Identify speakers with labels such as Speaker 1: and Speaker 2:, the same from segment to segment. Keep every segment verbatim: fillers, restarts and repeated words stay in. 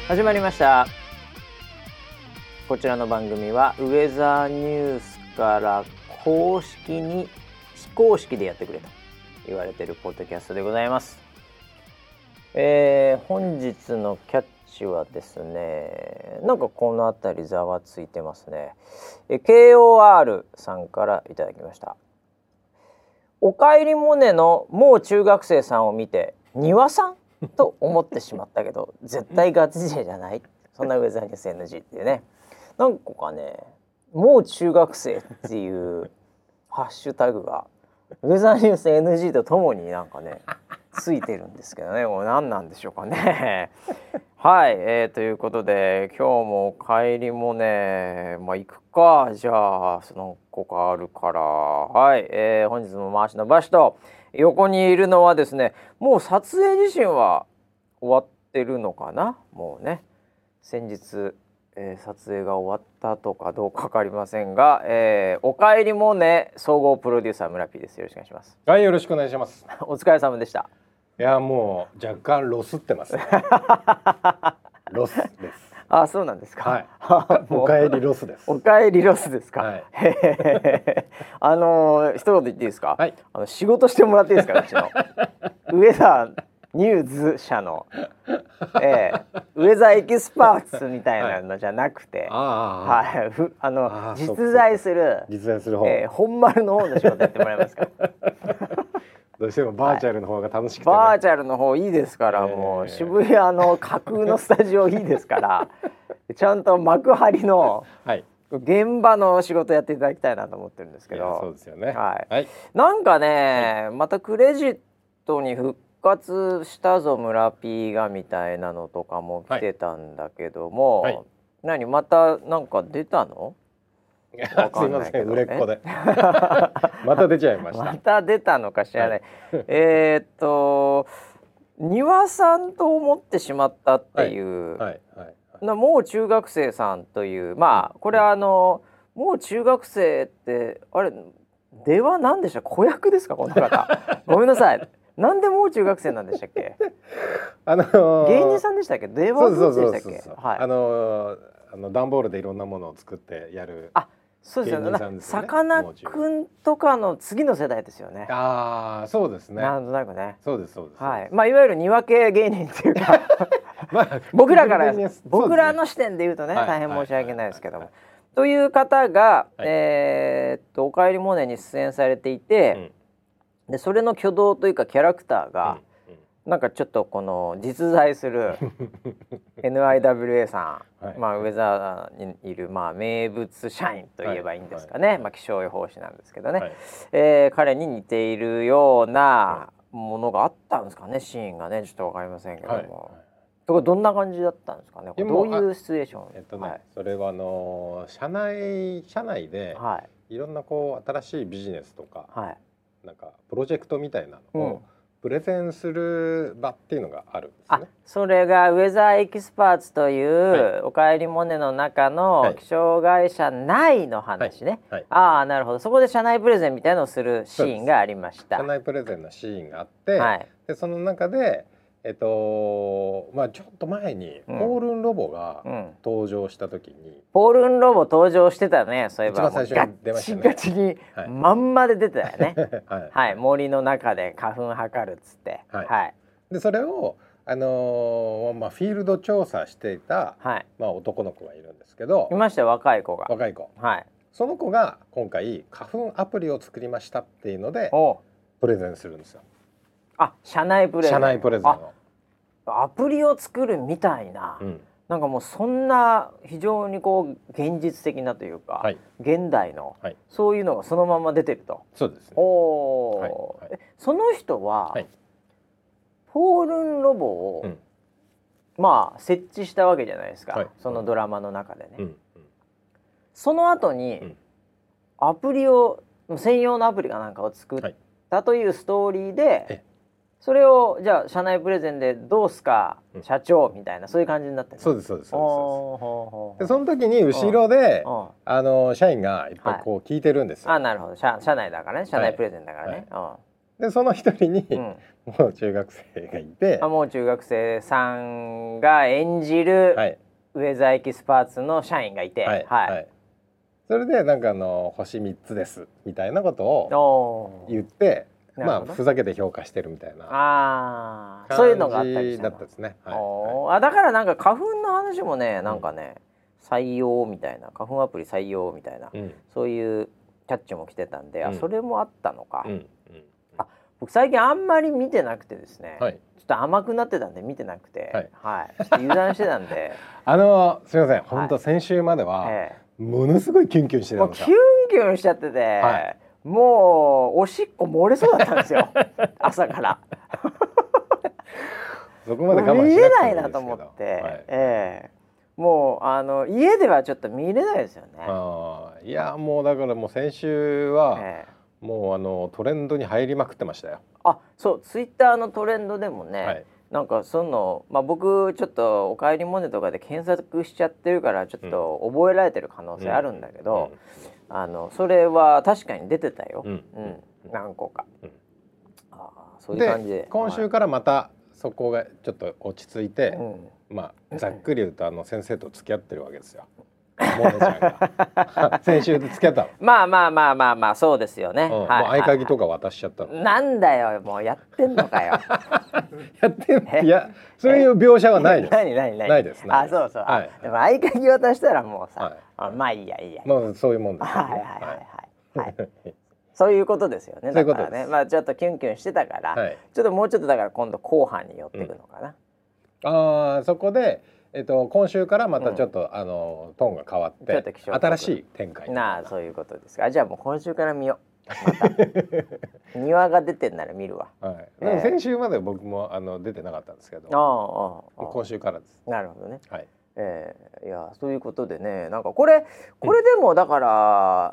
Speaker 1: 始まりました。こちらの番組はウェザーニュースから公式に非公式でやってくれと言われているポッドキャストでございます。えー、本日のキャッチはですね、なんかこのあたりざわついてますね。え ケーオーアール さんからいただきました。おかえりモネのもう中学生さんを見て庭さんと思ってしまったけど絶対ガチ勢じゃない、そんなウェザーニュース エヌジー っていうね、何個かね、もう中学生っていうハッシュタグがウェザーニュース エヌジー とともになんかねついてるんですけどね、もう何なんでしょうかねはい、えー、ということで今日もおかえりモネ、まあ行くか、じゃあその個かあるから、はい、えー、本日も回しのばしと横にいるのはですね、もう撮影自身は終わってるのかな、もうね先日、えー、撮影が終わったとかどうか分かりませんが、えー、おかえりモネ総合プロデューサー村 P です。よろしくお願いします。
Speaker 2: はい、よろしくお願いします。
Speaker 1: お疲れ様でした。
Speaker 2: いや、もう若干ロスってますねロスです。
Speaker 1: あ、そうなんですか。
Speaker 2: はい、おかえりロスです。
Speaker 1: おかえりロスですか。
Speaker 2: はい、
Speaker 1: あのー、一言言っていいですか。
Speaker 2: はい、
Speaker 1: あの仕事してもらっていいですか、うちのウェザーニューズ社の、えー、ウェザーエキスパーツみたいなのじゃなくて、はい、はい、ふあのあ実在する
Speaker 2: 実在する方、
Speaker 1: えー、本丸の方の仕事やってもらえますか
Speaker 2: どうしてもバーチャルの方が楽しくて、ね、
Speaker 1: はい、バーチャルの方いいですから、えー、もう渋谷の架空のスタジオいいですからちゃんと幕張の現場の仕事やっていただきたいなと思ってるんですけど。
Speaker 2: そうですよね、
Speaker 1: はい
Speaker 2: はい、
Speaker 1: なんかね、はい、またクレジットに復活したぞ村 P がみたいなのとかも来てたんだけども、はいはい、何またなんか出たの？
Speaker 2: すいません、売れっ子でまた出ちゃいました。
Speaker 1: また出たのか知らない、はい、えっと庭さんと思ってしまったっていう、はいはいはい、もう中学生さんという、まあこれはあのもう中学生ってあれでは何でした、子役ですかこの方ごめんなさい、なんでもう中学生なんでしたっけあのー、芸人さんでしたっけ、ではでしたっけ、
Speaker 2: あのー、あの段ボールでいろんなものを作ってやる、あ、
Speaker 1: そうですよね。さかなクンとかの次の世代ですよね。
Speaker 2: ああ、そうですね。
Speaker 1: なんとなくね。
Speaker 2: そうですそうです。
Speaker 1: はい。まあいわゆる庭系芸人っていうか、まあ、僕らから僕らの視点で言うとね、大変申し訳ないですけども、という方が、はい、えー、っとおかえりモネに出演されていて、うん、でそれの挙動というかキャラクターが、うんうん、なんかちょっとこの実在するエヌアイダブリューエー さん、はい、まあウェザーにいるまあ名物社員といえばいいんですかね、はいはい、まあ気象予報士なんですけどね、はい、えー、彼に似ているようなものがあったんですかね、シーンがね、ちょっとわかりませんけども、はいはい、これどんな感じだったんですかね、どういうシチュエーション？
Speaker 2: えっとね、はい、それはあの社内社内で、はい、いろんなこう新しいビジネスとか、はい、なんかプロジェクトみたいなのを、うん、プレゼンする場っていうのがあるんですね。あ、
Speaker 1: それがウェザーエキスパーツという、はい、おかえりモネの中の気象会社内の話ね、はいはい、ああなるほど、そこで社内プレゼンみたいなのをするシーンがありました。
Speaker 2: 社内プレゼンのシーンがあって、はい、でその中でえっとまあ、ちょっと前にポールンロボが登場した時に、うんうん、
Speaker 1: ポールンロボ登場してたね、そういえば
Speaker 2: 一番最初に出ましたね、
Speaker 1: ガチガチにまんまで出てたよねはい、はい、森の中で花粉測るっつって、はいはい、
Speaker 2: でそれを、あのーまあ、フィールド調査していた、はい、まあ、男の子がいるんですけど、
Speaker 1: いましたよ、若い子が、
Speaker 2: 若い子、はい、その子が今回花粉アプリを作りましたっていうのでプレゼンするんですよ。
Speaker 1: あ、社内プレゼン、
Speaker 2: 社内プレゼンを
Speaker 1: アプリを作るみたいな、うん、なんかもうそんな非常にこう現実的なというか、はい、現代の、はい、そういうのがそのまま出てると。
Speaker 2: そうですね。
Speaker 1: お、はいはい、その人は、はい、ポールンロボを、うん、まあ設置したわけじゃないですか、はい、そのドラマの中でね、うんうん、その後に、うん、アプリを専用のアプリかなんかを作ったというストーリーで、はい、それをじゃあ社内プレゼンでどうすか、うん、社長みたいな、そういう感じになってる。
Speaker 2: そうですそうですそうです。でその時に後ろであの社員がいっぱいこう聞いてるんですよ。
Speaker 1: あ、なるほど、社, 社内だからね、社内プレゼンだからね、はいはい、
Speaker 2: でその一人に、うん、もう中学生がいて、
Speaker 1: あもう中学生さんが演じる、はい、ウェザーエキスパーツの社員がいて、はいはいはい、
Speaker 2: それでなんかあの星みっつですみたいなことを言ってまあふざけて評価してるみたいな
Speaker 1: あそういうのがあったりした
Speaker 2: だったですね、はい
Speaker 1: はい、あだからなんか花粉の話もねなんかね、うん、採用みたいな花粉アプリ採用みたいな、うん、そういうキャッチも来てたんで、うん、あそれもあったのか、うんうん、あ僕最近あんまり見てなくてですね、はい、ちょっと甘くなってたんで見てなくて、はいはい、ちょっと油断してたんで
Speaker 2: あのすみません本当、はい、先週までは、ええ、ものすごいキュンキュンしてたんですよ。
Speaker 1: キュンキュンしちゃってて、はい、もうおしっこ漏れそうだったんですよ朝から
Speaker 2: そこまで我慢しなくてもいいですけど見れない
Speaker 1: なと思って、はいええ、もうあの家ではちょっと見れないですよね。
Speaker 2: あいやもうだからもう先週は、ええ、もうあのトレンドに入りまくってましたよ。
Speaker 1: あそうツイッターのトレンドでもね、はい、なんかその、まあ、僕ちょっとおかえりモネとかで検索しちゃってるからちょっと覚えられてる可能性あるんだけど、うんうん、あのそれは確かに出てたよ、うんうん、何個か、うん、あそういう感じで
Speaker 2: で今週からまたそこがちょっと落ち着いて、うん、まあざっくり言うとあの先生と付き合ってるわけですよモネちゃんが先週で付き合ったの
Speaker 1: まあまあまあまあまあそうですよね、
Speaker 2: うんはい、もう合鍵とか渡しちゃったの、
Speaker 1: はい、なんだよもうやってんのかよ
Speaker 2: やってんいやそういう描写はないです
Speaker 1: 何何何
Speaker 2: ないです
Speaker 1: あそうそう、はい、でも合鍵渡したらもうさ、はい、あまあいいやいいや
Speaker 2: もうそういうもんですよね
Speaker 1: はいはいはいはい、はい、そういうことですよねだからねまあちょっとキュンキュンしてたから、はい、ちょっともうちょっとだから今度後半に寄っていくのかな、
Speaker 2: うん、あそこでえっと、今週からまたちょっと、うん、あのトーンが変わって新しい展開
Speaker 1: なあそういうことですか。じゃあもう今週から見ようまた庭が出てんなら見るわ、
Speaker 2: はいえー、先週まで僕もあの出てなかったんですけどああ今週からです。
Speaker 1: なるほどね、はいえー、いやそういうことでねなんかこれこれでもだから、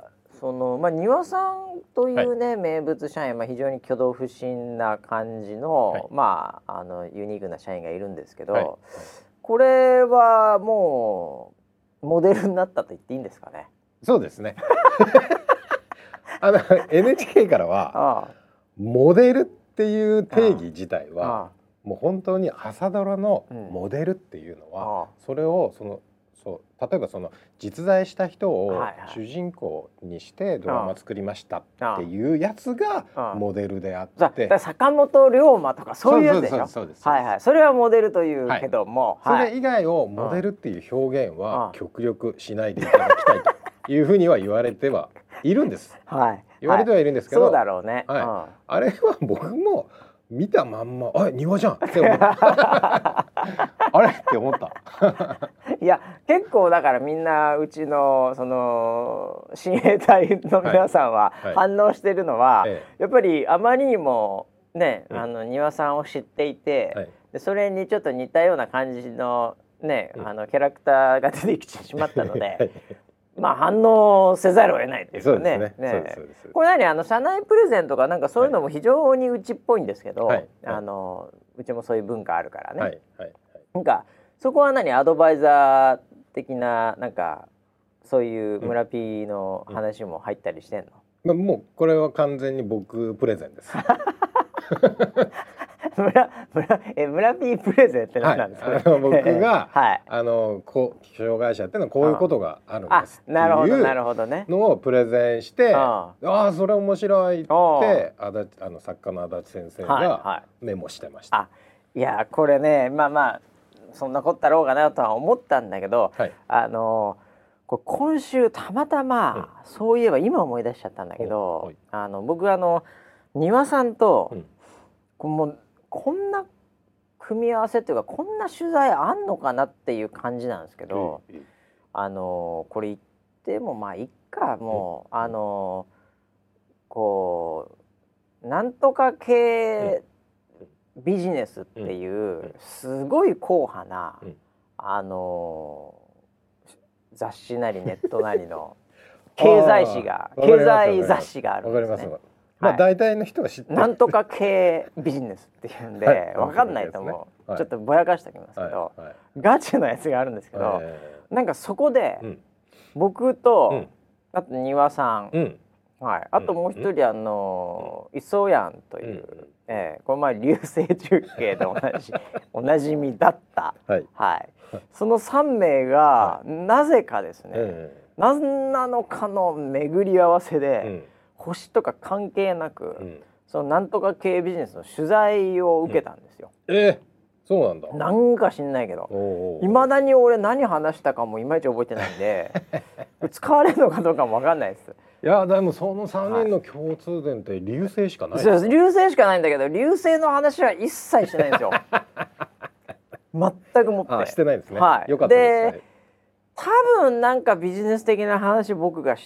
Speaker 1: うん、そのまあ庭さんというね、はい、名物社員、まあ、非常に挙動不審な感じの、はい、まああのユニークな社員がいるんですけど、はいはいこれはもうモデルになったと言っていいんですかね。
Speaker 2: そうですねあの エヌエイチケー からはああモデルっていう定義自体はああもう本当に朝ドラのモデルっていうのは、うん、それをそのそう例えばその実在した人を主人公にしてドラマ作りましたっていうやつがモデルであって、
Speaker 1: だ坂本龍馬とかそういうやつでしょ。そうですはいはいそれはモデルというけども、
Speaker 2: はい、それ以外をモデルっていう表現は極力しないでいただきたいというふうには言われてはいるんです。はい、言われてはいるんですけど、
Speaker 1: そうだろうね。
Speaker 2: はい、あれは僕も見たまんまあ庭じゃんって思ったあれって思った
Speaker 1: いや結構だからみんなうちのその親衛隊の皆さんは反応してるのは、はいはい、やっぱりあまりにもね、うん、あの庭さんを知っていて、はい、でそれにちょっと似たような感じのね、うん、あのキャラクターが出てきてしまったので、はいまあ反応せざるを得ないっていうかね。ねねこれ何あの社内プレゼントかなんかそういうのも非常にうちっぽいんですけど、はい、あのうちもそういう文化あるからね。はいはいはい、なんかそこは何アドバイザー的ななんかそういう村 P の話も入ったりしてんの？
Speaker 2: まあ、もうこれは完全に僕プレゼンです。
Speaker 1: 村村え村 P プレゼンって何なんですか、ねはい、あの
Speaker 2: 僕が、はい、あのこう障害者っていうのはこういうことがあるんですっていうのをプレゼンしてああそれ面白いってあだあの作家の足立先生がメモしてました。はいはい、
Speaker 1: いやこれねまあまあそんなこったろうかなとは思ったんだけど、はい、あのこれ今週たまたま、うん、そういえば今思い出しちゃったんだけど、はい、あの僕あの庭さんと、うん、こもうこんな組み合わせっていうかこんな取材あんのかなっていう感じなんですけど、うん、あのこれ言ってもまあいっかもう、うん、あのこうなんとか系ビジネスっていうすごい硬派な、うん、あの雑誌なりネットなりの経済誌が経済雑誌があるんですね。
Speaker 2: まあ大体の人は知ってる、
Speaker 1: なんとか系ビジネスっていうんで、はい、分かんないと思う、ねはい、ちょっとぼやかしておきますけど、はいはい、ガチのやつがあるんですけど、えー、なんかそこで、うん、僕と、うん、あと庭さん、うん、 はい、あともう一人、あのー、磯やんという、うんえー、この前流星中継で同じおなじみだった、はいはい、そのさんめいが、はい、なぜかですね、えー、何なのかの巡り合わせで、うん、星とか関係なく、うん、そのなんとか系ビジネスの取材を受けたんですよ。
Speaker 2: うん、えーそうなんだ。
Speaker 1: なんか知んないけど、いまだに俺何話したかもいまいち覚えてないんで使われるのかどうかも分かんないです。
Speaker 2: いやでもそのさんにんの共通点って流星しかないです
Speaker 1: か？そう流星しかないんだけど、流星の話は一切してないんですよ全くもって。
Speaker 2: あしてないですね。
Speaker 1: はい、
Speaker 2: よかったです。
Speaker 1: で多分なんかビジネス的な話僕がして、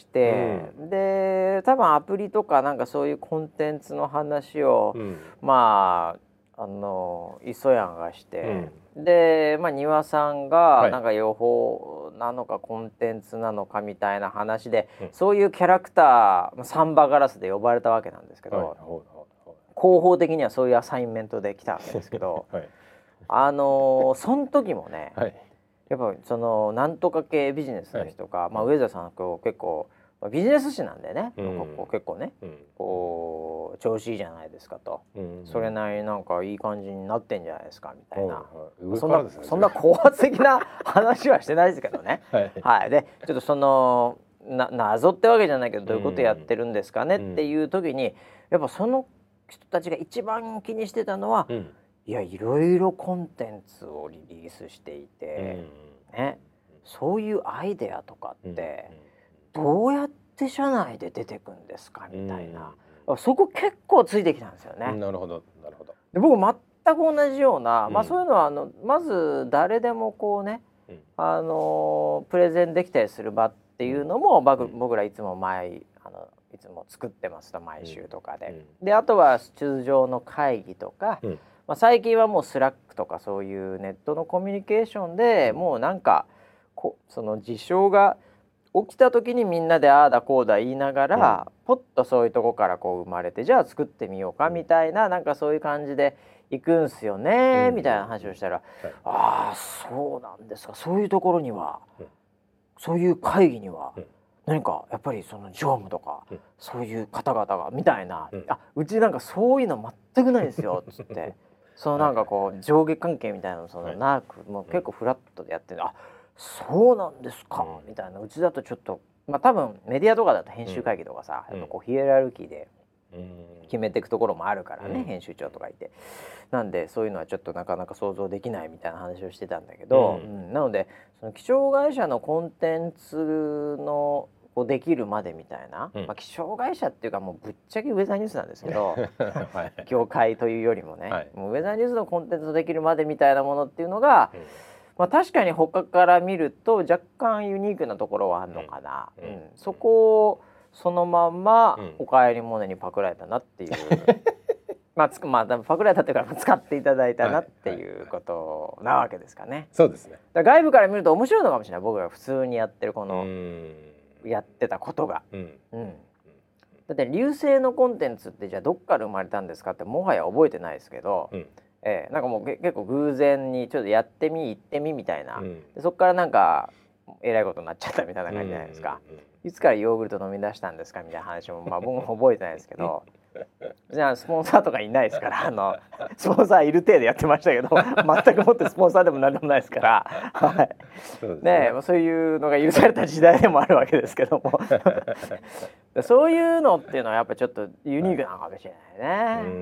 Speaker 1: うん、で多分アプリとかなんかそういうコンテンツの話を、うん、まああの磯やんがして、うん、で、まあ、庭さんがなんか予報なのかコンテンツなのかみたいな話で、はい、そういうキャラクターサンバガラスで呼ばれたわけなんですけど、はい、広報的にはそういうアサインメントで来たわけですけど、はい、あのー、その時もね、はい、やっぱそのなんとか系ビジネスの人とか、はい、まあ、上田さんこう結構ビジネス誌なんでね、うん、こう結構ね、うん、こう調子いいじゃないですかと、うんうん、それなりになんかいい感じになってんじゃないですかみたいな、うんうん、そんなそんな高圧的な話はしてないですけどねはい、はい、でちょっとそのな謎ってわけじゃないけどどういうことやってるんですかね、うん、っていう時にやっぱその人たちが一番気にしてたのは、うん、いやいろいろコンテンツをリリースしていて、うん、ね、そういうアイデアとかって、うんどうやって社内で出てくんですかみたいな、うん、そこ結構ついてきたんですよね。
Speaker 2: なるほどなるほど。
Speaker 1: で僕全く同じような、うん、まあそういうのはあのまず誰でもこうね、うん、あのプレゼンできたりする場っていうのも、うん、僕, 僕らいつも毎あのいつも作ってますと毎週とかで、うん、であとは通常の会議とか、うんまあ、最近はもうスラックとかそういうネットのコミュニケーションで、うん、もうなんかこその事象が起きた時にみんなでああだこうだ言いながら、うん、ポッとそういうとこからこう生まれてじゃあ作ってみようかみたいな、うん、なんかそういう感じで行くんすよね、うん、みたいな話をしたら、うん、ああそうなんですか、そういうところには、うん、そういう会議には、うん、何かやっぱりその常務とか、うん、そういう方々がみたいな、うん、あうちなんかそういうの全くないですよっつってそのなんかこう上下関係みたいなのそのなく、もう結構フラットでやってる、あそうなんですか、うん、みたいな。うちだとちょっとまあ多分メディアとかだと編集会議とかさ、うん、やっぱこうヒエラルキーで決めていくところもあるからね、うん、編集長とかいて、なんでそういうのはちょっとなかなか想像できないみたいな話をしてたんだけど、うんうん、なのでその気象会社のコンテンツのこうできるまでみたいな、うんまあ、気象会社っていうかもうぶっちゃけウェザーニュースなんですけど、はい、業界というよりもね、はい、もうウェザーニュースのコンテンツできるまでみたいなものっていうのが、うんまあ、確かに他から見ると若干ユニークなところはあるのかな、うんうん、そこをそのまんまおかえりモネにパクられたなっていう、うん、まあ、つまあパクられたっていうか使っていただいたなっていうことなわけですかね、はいはいはい、
Speaker 2: そうですね。
Speaker 1: だから外部から見ると面白いのかもしれない、僕が普通にやってるこのやってたことが、うんうん、だって流星のコンテンツってじゃあどっから生まれたんですかってもはや覚えてないですけど、うんえー、なんかもう結構偶然にちょっとやってみ行ってみみたいな、うん、でそこからなんかえらいことになっちゃったみたいな感じじゃないですか、うんうんうん、いつからヨーグルト飲み出したんですかみたいな話も、まあ、僕も覚えてないですけどじゃあスポンサーとかいないですからあのスポンサーいる程度やってましたけど全くもってスポンサーでも何でもないですから、はいそうですね、ね、そういうのが許された時代でもあるわけですけどもそういうのっていうのはやっぱちょっとユニークなのかもしれないね、うん、うん、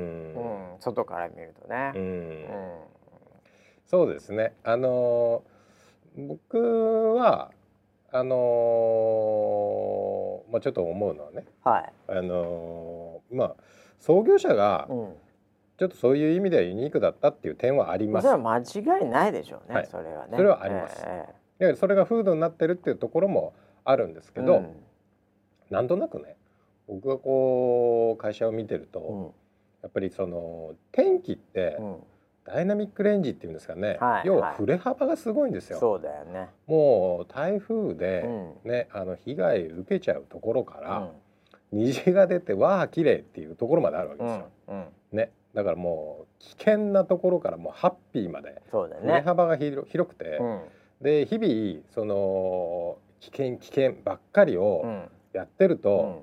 Speaker 1: 外から見るとね、うんうん、
Speaker 2: そうですね。あの僕はあのー、まあちょっと思うのはね、はい、あのー、まあ創業者がちょっとそういう意味ではユニークだったっていう点はあります。
Speaker 1: それは間違いないでしょうね、はい、それはね。
Speaker 2: それはあります。えー、やはりそれが風土になってるっていうところもあるんですけど、うん、なんとなくね、僕がこう会社を見てると、うん、やっぱりその天気って、うんダイナミックレンジっていうんですかね、はい、要は振れ幅がすごいんですよ。
Speaker 1: そうだよね。
Speaker 2: もう台風で、ねうん、あの被害受けちゃうところから、うん、虹が出てわあ綺麗っていうところまであるわけですよ、うんうんね、だからもう危険なところからもうハッピーまで振れ幅が 広, 広くて、うん、で日々その危険危険ばっかりをやってると、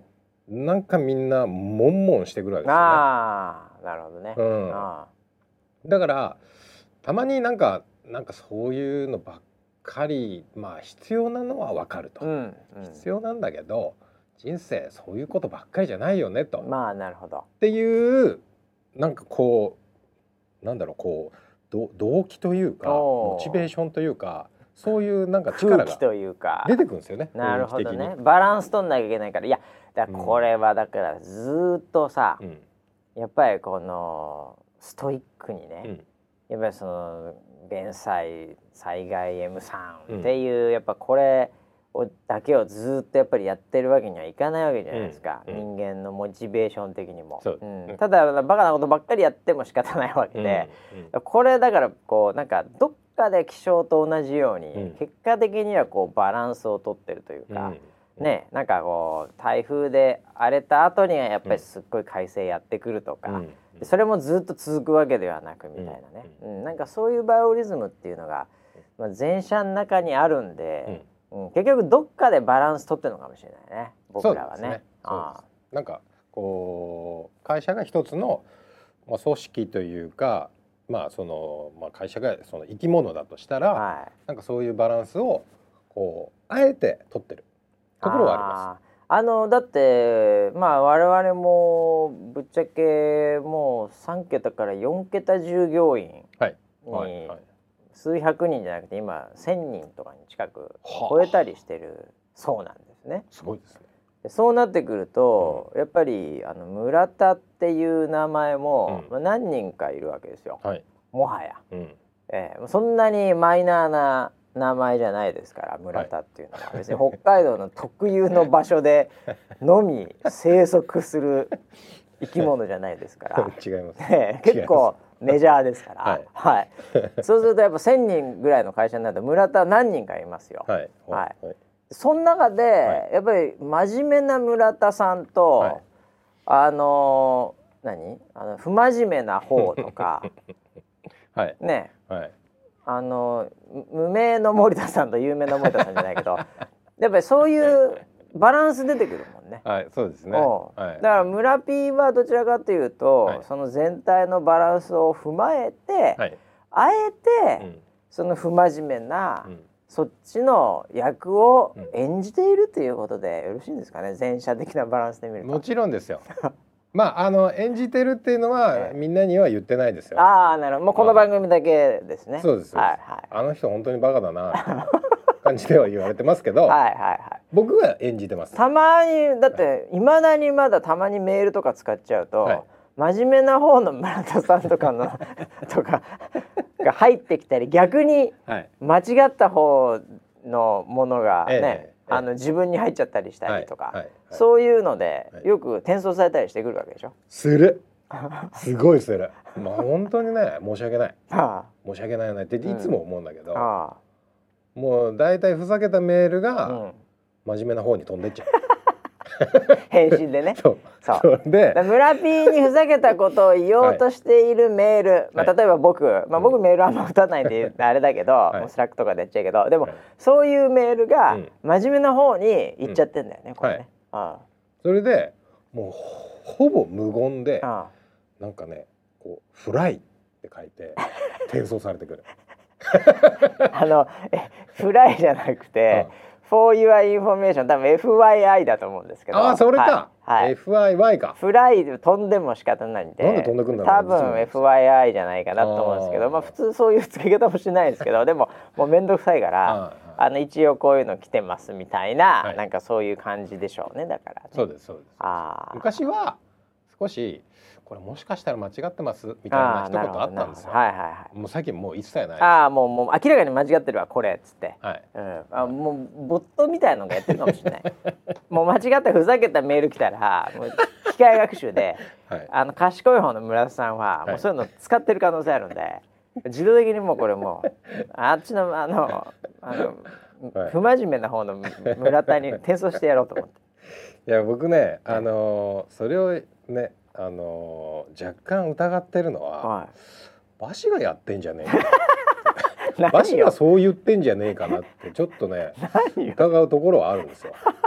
Speaker 2: なんかみんな悶々してくるわけですよね。
Speaker 1: ああ、なるほどね。うん、
Speaker 2: あだからたまになんかなんかそういうのばっかり、まあ必要なのはわかると、うんうん、必要なんだけど人生そういうことばっかりじゃないよねと。
Speaker 1: まあなるほど。
Speaker 2: っていうなんかこうなんだろうこうど動機というかモチベーションというかそういうなんか力が出てくるんですよね。
Speaker 1: なるほどね。バランス取んなきゃいけないから。いやだからこれはだからずっとさ、うん、やっぱりこのストイックにね、うん、やっぱりその弁済災害 エムさん っていう、うん、やっぱこれをだけをずっとやっぱりやってるわけにはいかないわけじゃないですか、うん、人間のモチベーション的にも、うん、ただバカなことばっかりやっても仕方ないわけで、うん、これだからこうなんかどっかで気象と同じように、うん、結果的にはこうバランスをとってるというか、うん、ね、なんかこう台風で荒れた後にはやっぱりすっごい快晴やってくるとか、うん、それもずっと続くわけではなくみたいなね、うんうん、なんかそういうバイオリズムっていうのが、まあ、前者の中にあるんで、うんうん、結局どっかでバランス取ってるのかもしれないね、僕らはね。あ
Speaker 2: なんかこう会社が一つの、まあ、組織というか、まあそのまあ、会社がその生き物だとしたら、はい、なんかそういうバランスをこうあえて取ってるところはあります。
Speaker 1: ああのだってまあ我々もぶっちゃけもうさん桁からよん桁従業員に、はいはいはい、数百人じゃなくて今せんにんとかに近く超えたりしてるそうなんですね。
Speaker 2: すごいですね。
Speaker 1: でそうなってくると、うん、やっぱりあの村田っていう名前も、うん、まあ、何人かいるわけですよ、はい、もはや、うん、えー、そんなにマイナーな名前じゃないですから村田っていうのは、はい、別に北海道の特有の場所でのみ生息する生き物じゃないですから
Speaker 2: 違います、
Speaker 1: ね、結構メジャーですから、はいはい、そうするとやっぱせんにんぐらいの会社になると村田何人かいますよ。はいはいはい、その中で、はい、やっぱり真面目な村田さんと、はい、あのー、何あの不真面目な方とか、はい、ね、はい、あの無名の森田さんと有名な森田さんじゃないけどやっぱりそういうバランス出てくるもんね。
Speaker 2: はい、そうですね。はい、
Speaker 1: だから村 P はどちらかというと、はい、その全体のバランスを踏まえて、はい、あえて、うん、その不真面目な、うん、そっちの役を演じているということでよろしいんですかね、前者的なバランスで見ると。
Speaker 2: もちろんですよ。まああの演じてるっていうのは、ええ、みんなには言ってないですよ。
Speaker 1: ああ、なるほど。もうこの番組だけですね。
Speaker 2: そうです。はいはい。あの人本当にバカだな感じでは言われてますけど、はいはいはい。僕は演じてます。
Speaker 1: たまにだっていまだにまだたまにメールとか使っちゃうと、はい、真面目な方の村田さんとかのとかが入ってきたり、逆に間違った方のものがね、ええ、あの自分に入っちゃったりしたりとか、はいはいはい、そういうのでよく転送されたりしてくるわけでしょ。
Speaker 2: するすごいする。まあ本当にね、申し訳ない、はあ、申し訳ないよねっていつも思うんだけど、うん、はあ、もうだいたいふざけたメールが真面目な方に飛んでっちゃう
Speaker 1: 返信でね。
Speaker 2: そうそう
Speaker 1: で村 P にふざけたことを言おうとしているメール、はい、まあ、例えば僕、まあ、僕メールあんま打たないんであれだけど、はい、もうスラックとかでやっちゃうけど、でも、はい、そういうメールが真面目な方に行っちゃってんだよね、うん、これね、はい、ああ、
Speaker 2: それでもうほぼ無言で、ああ、なんかねこうフライって書いて転送されてくる
Speaker 1: あのえフライじゃなくて、ああ、For your information、 多分 エフワイアイ だと思うんですけど。
Speaker 2: ああ、それか、はいはい、エフアイワイ か。
Speaker 1: フライで飛んでも仕方ないんで、
Speaker 2: なんで飛んでくんだろう。
Speaker 1: 多分 エフワイアイ じゃないかなと思うんですけど、あ、まあ普通そういう付け方もしないですけどでももうめんどくさいからあの一応こういうの来てますみたいな、はい、なんかそういう感じでしょうね。だから、ね、
Speaker 2: そうですそうです。あ、昔は少しこれもしかしたら間違ってますみたいな一言あったんですよ。はいはいはい。もう最近もう一切ないです。
Speaker 1: ああ、もうもう明らかに間違ってるわこれっつって。はい。うん。あ、もうボットみたいなのがやってるかもしれない。もう間違ったふざけたメール来たらもう機械学習で、はい、あの賢い方の村田さんはもうそういうの使ってる可能性あるんで、はい、自動的にもうこれもうあっちのあのあの、はい、不真面目な方の村田に転送してやろうと思って。
Speaker 2: いや僕ね、あのー、それをね。あのー、若干疑ってるのは、はい、バシがやってんじゃねえかバシがそう言ってんじゃねえかなってちょっとね疑うところはあるんですよ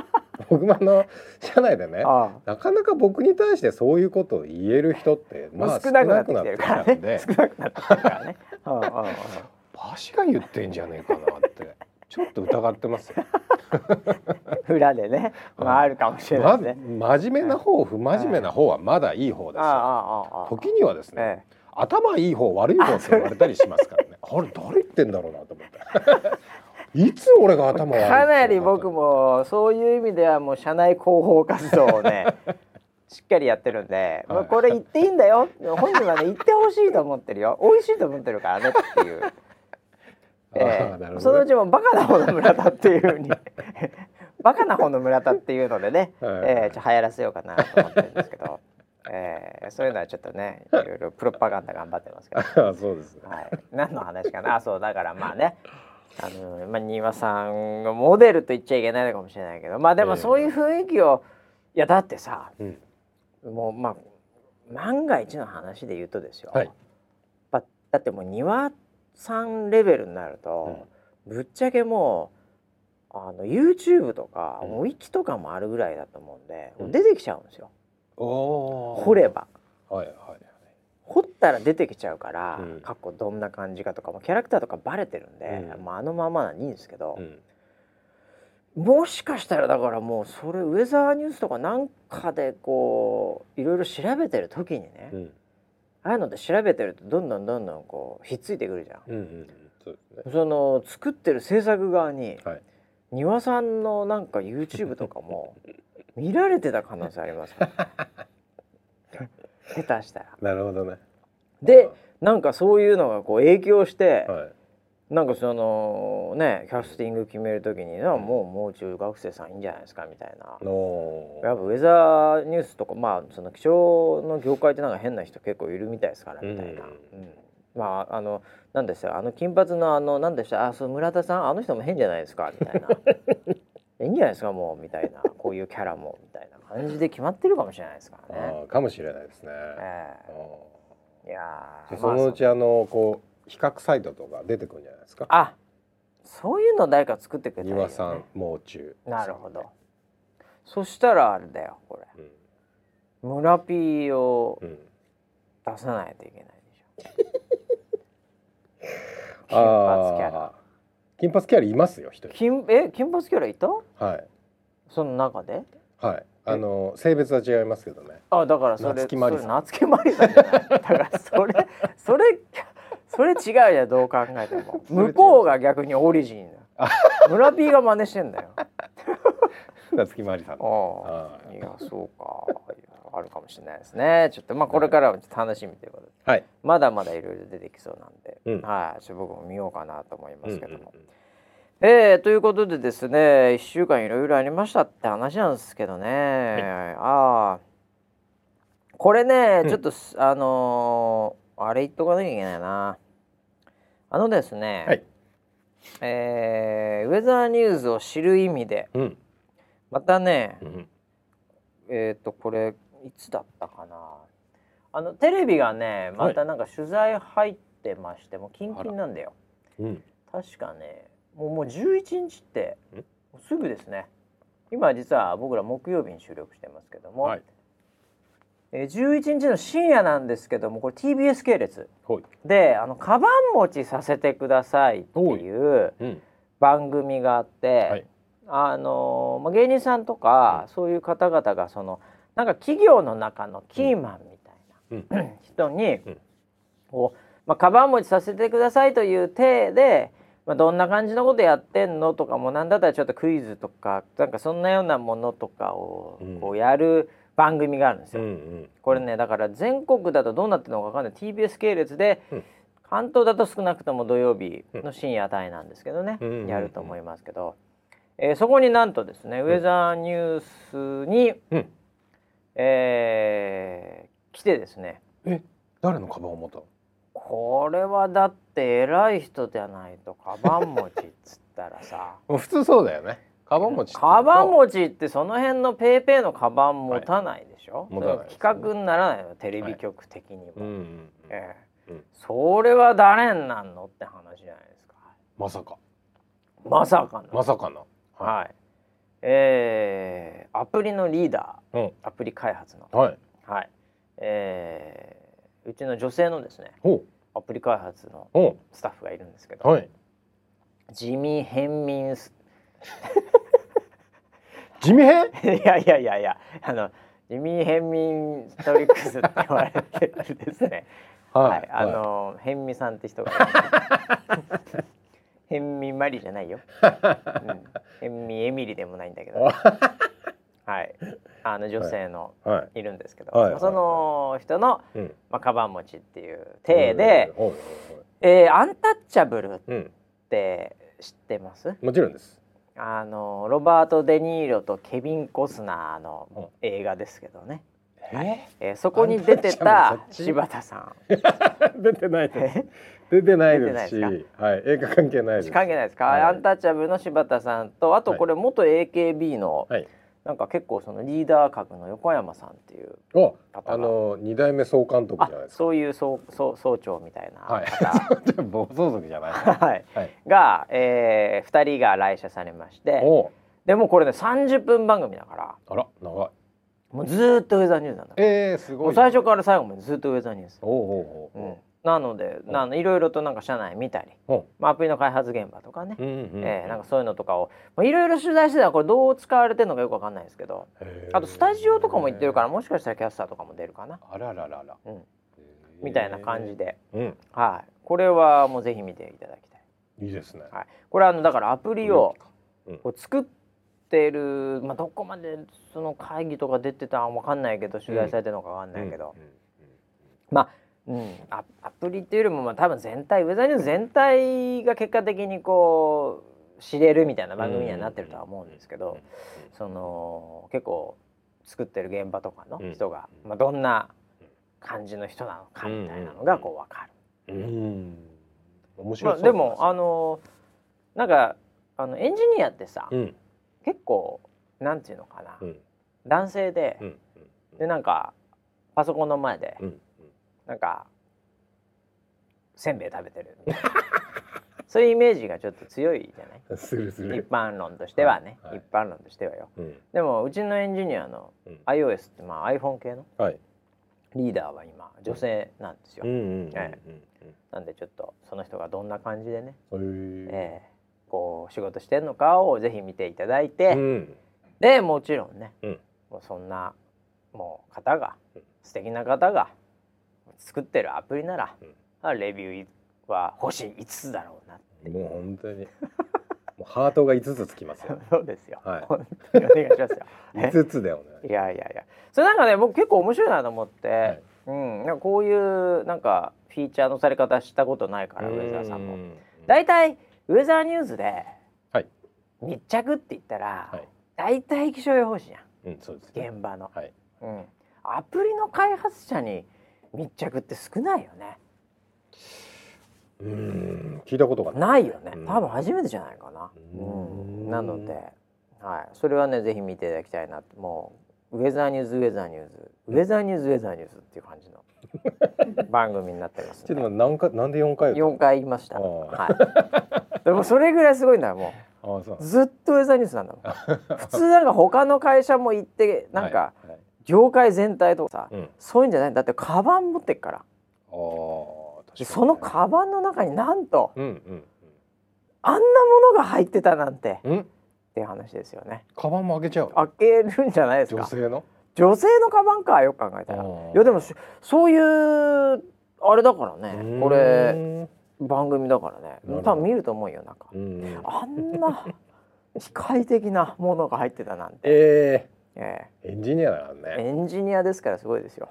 Speaker 2: 僕もあの社内でね、ああなかなか僕に対してそういうことを言える人ってまあ少なくなってきてるからね。
Speaker 1: 少なくなってきてるからね。
Speaker 2: バシが言ってんじゃねえかなってちょっと疑ってますよ。
Speaker 1: 裏でね、まああるかもしれないですね。
Speaker 2: ま、真面目な方、不真面目な方はまだいい方ですよ。時にはですね、ええ、頭いい方悪い方って言われたりしますからね。あれ誰言ってんだろうなと思って。いつ俺が頭悪い
Speaker 1: かなり僕もそういう意味ではもう社内広報活動をねしっかりやってるんで、はい、これ言っていいんだよ、本人はね言ってほしいと思ってるよ、美味しいと思ってるからねっていう、えーね、そのうちもバカな方の村田っていう風にバカな方の村田っていうのでね、はい、えー、ちょっと流行らせようかなと思ってるんですけど、えー、そういうのはちょっとねいろいろプロパガンダ頑張ってますけど
Speaker 2: あそうです、ね、
Speaker 1: はい、何の話かな。あそうだからまあね、あのまあ丹羽さんがモデルと言っちゃいけないのかもしれないけど、まあでもそういう雰囲気を、いやだってさ、うん、もうまあ万が一の話で言うとですよ、はい、だってもう丹羽さんレベルになると、うん、ぶっちゃけもうあの YouTube とか、うん、ウィキとかもあるぐらいだと思うんで、うん、出てきちゃうんですよ、掘れば、はいはいはい、掘ったら出てきちゃうから、うん、過去どんな感じかとかもキャラクターとかバレてるんで、うん、まあ、あのままなんでいいんですけど、うん、もしかしたらだからもうそれウェザーニュースとかなんかでこういろいろ調べてる時にね、うん、ああいうのって調べてるとどんどんどんどんこうひっついてくるじゃん、うんうん、そうですね、その作ってる制作側に、はい、丹羽さんのなんか YouTube とかも見られてた可能性ありますから下手したら。
Speaker 2: なるほどね。
Speaker 1: でなんかそういうのがこう影響して、はい、なんかそのねキャスティング決める時に、うん、もうもう中学生さんいいんじゃないですかみたいな、やっぱウェザーニュースとかまあその気象の業界ってなんか変な人結構いるみたいですからみたいな、うんうん、まああのなんでしたよあの金髪のあのなんでしたあそう村田さんあの人も変じゃないですかみたいないいんじゃないですかもうみたいなこういうキャラもみたいな感じで決まってるかもしれないですからね。
Speaker 2: あかもしれないですね。え
Speaker 1: ー、いや
Speaker 2: ーそのうちあのこう比較サイトとか出てくるんじゃないですか。
Speaker 1: あ、そういうの誰か作ってくれたらいいよね。
Speaker 2: 丹羽さんもう中。
Speaker 1: なるほど。そしたらあれだよこれ、うん、村 P を出さないといけないでしょ。金髪キャラ。
Speaker 2: 金髪キャラいますよ一人。
Speaker 1: 金え金髪キャラいた？
Speaker 2: はい。
Speaker 1: その中で？
Speaker 2: はい。あの性別は違いますけどね。
Speaker 1: あ、だからそれ夏木マリさん。夏木マリさんじゃない。だからそれそれそれ違うじゃんどう考えても。向こうが逆にオリジンだ。村 P が真似してんだよ。
Speaker 2: 夏木マリさん。
Speaker 1: ああ、いやそうか。あるかもしれないですね。ちょっとまあこれからはちょっと楽しみということで、はい、まだまだいろいろ出てきそうなんで、うん、はい、ちょっと僕も見ようかなと思いますけども、うんうんうん、えー、ということでですねいっしゅうかんいろいろありましたって話なんですけどね、はい、ああこれね、うん、ちょっとあのー、あれ言っとかなきゃいけないなあのですね、はい、えー、ウェザーニューズを知る意味で、うん、またね、うん、えっとこれいつだったかなあのテレビがねまたなんか取材入ってまして、はい、もうキンキンなんだよ、うん、確かねもう、もうじゅういちにちってすぐですね。今実は僕ら木曜日に収録してますけども、はい、えじゅういちにちの深夜なんですけどもこれ ティービーエス 系列、はい、であのカバン持ちさせてくださいっていう番組があって、はい、あのまあ、芸人さんとか、うん、そういう方々がそのなんか企業の中のキーマンみたいな、うん、人に、うん、こう、まあ、カバン持ちさせてくださいという体で、まあ、どんな感じのことやってんのとかもなんだったらちょっとクイズとかなんかそんなようなものとかをこうやる番組があるんですよ、うんうん、これねだから全国だとどうなってるのか分かんない ティービーエス 系列で、うん、関東だと少なくとも土曜日の深夜帯なんですけどね、うん、やると思いますけど、えー、そこになんとですね、うん、ウェザーニュースに、うん、えー、来てですね
Speaker 2: え誰のカバンを持ったの？
Speaker 1: これはだって偉い人じゃないとカバン持ちっつったらさ
Speaker 2: もう普通そうだよね。カバン持ち
Speaker 1: カバン持ちってその辺のペーペーのカバン持たないでしょ、はい、持たないですね、企画にならないのテレビ局的にも、はい、うんうんうんえーうん、それは誰になんのって話じゃないですか。
Speaker 2: まさか
Speaker 1: まさかの
Speaker 2: まさかの
Speaker 1: はい、はいえー、アプリのリーダー、うん、アプリ開発の、
Speaker 2: はい
Speaker 1: はい、えー、うちの女性のですねアプリ開発のスタッフがいるんですけど、
Speaker 2: はい、
Speaker 1: 地味変民
Speaker 2: 地味変
Speaker 1: いやいやいやいやあの地味変民ストリックスって言われてるですねはい、はい、あの変味さんって人が変味マリじゃないよ、うん、変味エミリでもないんだけど、ね、はいあの女性の、はい、いるんですけど、はいまあ、その人の、はいまあ、カバン持ちっていう体で、うんえー、アンタッチャブルって知ってます？
Speaker 2: もちろんです。
Speaker 1: あのロバート・デ・ニーロとケビン・コスナーの映画ですけどね、
Speaker 2: えー
Speaker 1: えー、そこに出てた柴田さん
Speaker 2: 出てないです出てないですし、はい、映画関係ないです。
Speaker 1: 関係ないですか、はい、アンタッチャブルの柴田さんとあとこれ元 エーケービー の、はい、なんか結構そのリーダー格の横山さんっていう方が、
Speaker 2: あの二代目総監督じゃないですか。
Speaker 1: そういう総総総長みたいな方、はい、
Speaker 2: 暴走族じゃない
Speaker 1: はい、はい、が、えー、ふたりが来社されまして、でもこれねさんじゅっぷん番組だから、
Speaker 2: あら長い。
Speaker 1: もうずっとウェザーニュースなんだから。
Speaker 2: えー、すごい、ね。
Speaker 1: もう最初から最後までずっとウェザーニュース。
Speaker 2: おうおうおう、
Speaker 1: うんなので、なのいろいろとなんか社内見たり、まあ、アプリの開発現場とかね、えなんかそういうのとかをいろいろ取材してたらこれどう使われてるのかよくわかんないですけど、あとスタジオとかも行ってるからもしかしたらキャスターとかも出るかな。
Speaker 2: あらららら、
Speaker 1: うん、みたいな感じで、うん、はい、これはもうぜひ見ていただきたい。
Speaker 2: いいですね。
Speaker 1: はい、これはあのだからアプリをこう作ってる、まあ、どこまでその会議とか出てたかわかんないけど取材されてるのかわかんないけど、まあうん、ア, アプリっていうよりもまあ多分全体ウェザーニュース全体が結果的にこう知れるみたいな番組にはなってるとは思うんですけど、その結構作ってる現場とかの人が、まあ、どんな感じの人なのかみたいなのがこう分かる。うん、面白そうですね。まあ、でもあのなんかあのエンジニアってさ、うん、結構なんていうのかな、うん、男性で、うん、でなんかパソコンの前で、うんなんかせんべい食べてるみたいなそういうイメージがちょっと強いじゃない
Speaker 2: するする
Speaker 1: 一般論としてはね、はいはい、一般論としてはよ、うん、でもうちのエンジニアの iOS ってまあ iPhone 系のリーダーは今女性なんですよ。なんでちょっとその人がどんな感じでね、えー、こう仕事してるのかをぜひ見ていただいて、うん、でもちろんね、うん、もうそんなもう方が素敵な方が作ってるアプリなら、うん、レビューは星いつつだろうなって
Speaker 2: もう本当にもうハートがいつつつきますよ。
Speaker 1: そうですよ、はい、本当にお願いしますよ
Speaker 2: いつつだよね。
Speaker 1: いやいやいやそれなんかね僕結構面白いなと思って、はいうん、なんかこういうなんかフィーチャーのされ方したことないからウェザーさんもだいたいウェザーニュースで密着って言ったら、はい、だいたい気象予報士じゃん、うんそうですね、現場の、はいうん、アプリの開発者に密着って少ないよね。
Speaker 2: うーん聞いたことが
Speaker 1: ないよね。多分初めてじゃないかな。うんなので、はい、それはねぜひ見ていただきたいなと。もうウェザーニューズウェザーニューズウェザーニューズウェザーニューズっていう感じの番組になってます、ね。
Speaker 2: ちょっと何回なんでよんかい
Speaker 1: よんかい言いました。はい。でもそれぐらいすごいんだよもう。あそうずっとウェザーニュースなんだもん。普通なんか他の会社も行ってなんか。はいはい業界全体とかさ、うん、そういうんじゃないだってカバン持ってっからあ確かに、ね、そのカバンの中になんと、うんうんうん、あんなものが入ってたなんて、うん、っていう話ですよね。
Speaker 2: カバンも開けちゃう
Speaker 1: 開けるんじゃないですか。
Speaker 2: 女性の
Speaker 1: 女性のカバンかよく考えたらいやでもそういうあれだからねこれ番組だからね多分見ると思うよなんかうんあんな機械的なものが入ってたなんて
Speaker 2: えーえー、エンジニアだからね。
Speaker 1: エンジニアですからすごいですよ。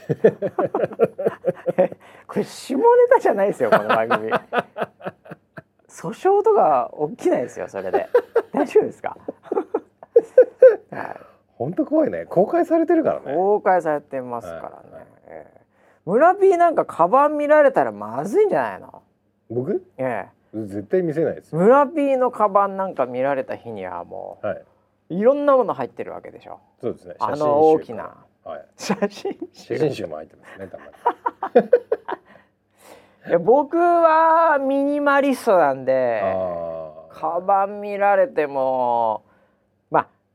Speaker 1: これ下ネタじゃないですよこの番組。訴訟とか起きないですよそれで。大丈夫ですか。
Speaker 2: はい、本当怖いね。公開されてるからね。
Speaker 1: 公開されてますからね。はいはいえー、村 P なんかカバン見られたらまずいんじゃないの。
Speaker 2: 僕？
Speaker 1: え
Speaker 2: えー、絶対見せないですよ。
Speaker 1: 村 P のカバンなんか見られた日にはもう。はいいろんなもの入ってるわけでしょ。
Speaker 2: そうですね。
Speaker 1: あの大きな、
Speaker 2: はい、
Speaker 1: 写真
Speaker 2: 集。写真集も入ってますね。たまに
Speaker 1: いや僕はミニマリストなんで、カバン見られてもまあ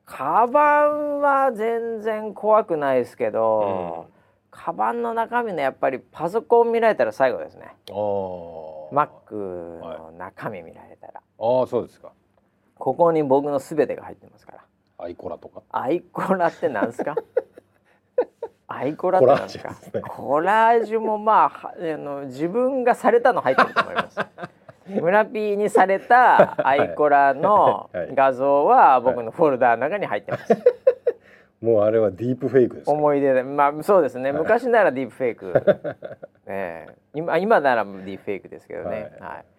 Speaker 1: カバンは全然怖くないですけど、うん、カバンの中身のやっぱりパソコン見られたら最後ですね。Mac の中身見られたら、
Speaker 2: はい、ああそうですか。
Speaker 1: ここに僕のすべてが入ってますから。
Speaker 2: アイコラとか。
Speaker 1: アイコラってなんですか？アイコラってなんですか？コラージュですね。コラージュもまあ、あの自分がされたの入ってると思います。村 P にされたアイコラの画像は僕のフォルダーの中に入ってます。
Speaker 2: もうあれはディープフェイクですか？
Speaker 1: 思い出で、まあそうですね。昔ならディープフェイク、えー、今今ならディープフェイクですけどね。はい。はい、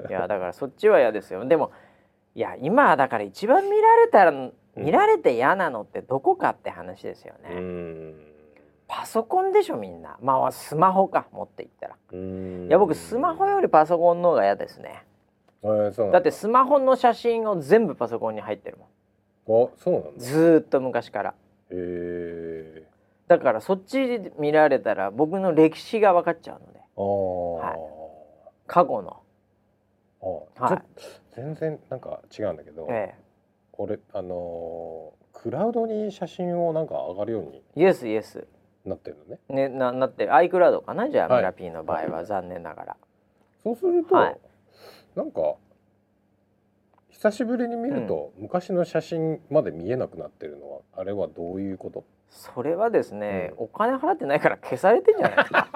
Speaker 1: いやだからそっちは嫌ですよ。でもいや今だから一番見られたら、見られて嫌なのってどこかって話ですよね。うん、パソコンでしょみんな。まあスマホか持っていったら。うん、いや僕スマホよりパソコンの方が嫌ですね。えー、そうなんだ。だってスマホの写真を全部パソコンに入ってるもん。あ、そうなんだ。ずーっと昔から。へえ。だからそっち見られたら僕の歴史が分かっちゃうので。あ、はい、過去の。
Speaker 2: あ、はい、全然なんか違うんだけど、ええ、俺あのー、クラウドに写真をなんか上がるように
Speaker 1: イエスイエス
Speaker 2: なってるのね。
Speaker 1: ね、な, なってる iCloud かな。じゃあ、はい、村 P の場合は残念ながら、
Speaker 2: そうすると、はい、なんか久しぶりに見ると、うん、昔の写真まで見えなくなってるのはあれはどういうこと？
Speaker 1: それはですね、うん、お金払ってないから消されてんじゃないですか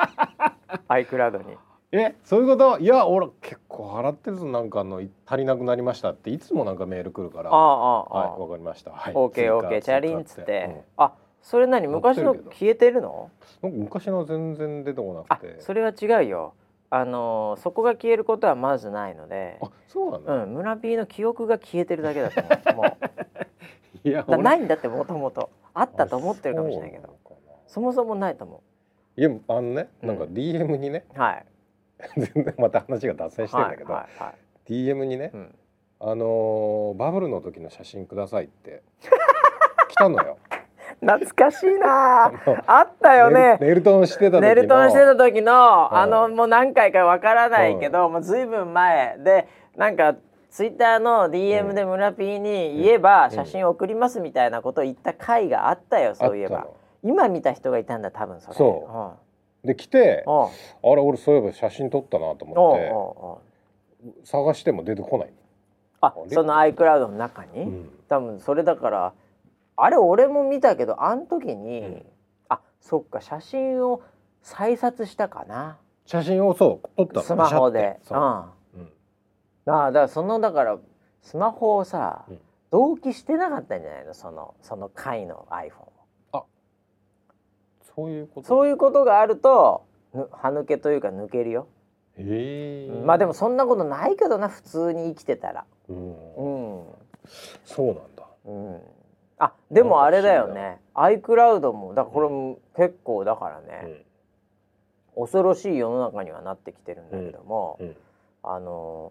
Speaker 1: iCloud に。
Speaker 2: え、そういうこと？いや俺結構払ってるぞ。なんかあの足りなくなりましたっていつもなんかメール来るから、ああ、はい、わかりました、はい、
Speaker 1: オーケーオーケーチャリンっつって、うん、あ、それ何昔の消えてるの？
Speaker 2: 昔の全然出てこなくて。
Speaker 1: あ、それは違うよ。あのー、そこが消えることはまずないので。
Speaker 2: あ、そうなんだ。
Speaker 1: うん、村 P の記憶が消えてるだけだと思う。もういやだないんだって。もともとあったと思ってるかもしれないけど、そもそもないと思
Speaker 2: う。いやあのね、なんか ディーエム にね、うん、はい全然また話が脱線してるんだけど、はいはいはい、ディーエム にね、うん、あのー、バブルの時の写真くださいって来たのよ。
Speaker 1: 懐かしいなあったよね。
Speaker 2: ネルトンしてた時の
Speaker 1: ネルトンしてた時の、うん、あのもう何回かわからないけど、うん、もうずいぶん前で、なんかツイッターの ディーエム で村 P に言えば写真送りますみたいなことを言った回があったよ。そういえば今見た人がいたんだ多分それ。そう、
Speaker 2: うん、で来て、あれ俺そういえば写真撮ったなと思って探しても出てこない。
Speaker 1: あ、その iCloud の中に、うん、多分それだから、あれ俺も見たけど、あの時に、うん、あ、そっか、写真を再撮したかな。
Speaker 2: 写真をそう撮ったの
Speaker 1: スマホで。うん、うん、ああ、だからそのだからスマホをさ、うん、同期してなかったんじゃないの、そのその回の iPhone を。あ、
Speaker 2: そういうこと。
Speaker 1: そういうことがあると歯抜けというか抜けるよ。へえ。まあでもそんなことないけどな、普通に生きてたら。うん。うん、そうなんだ。うん。あ、でもあれだよね。iCloud もだからこれも結構だからね、うん、恐ろしい世の中にはなってきてるんだけども、うんうん、あの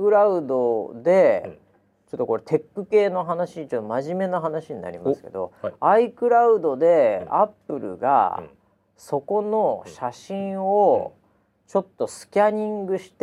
Speaker 1: iCloud で、うん、ちょっとこれテック系の話、ちょっと真面目な話になりますけど、はい、iCloud で Apple がそこの写真をちょっとスキャニングして、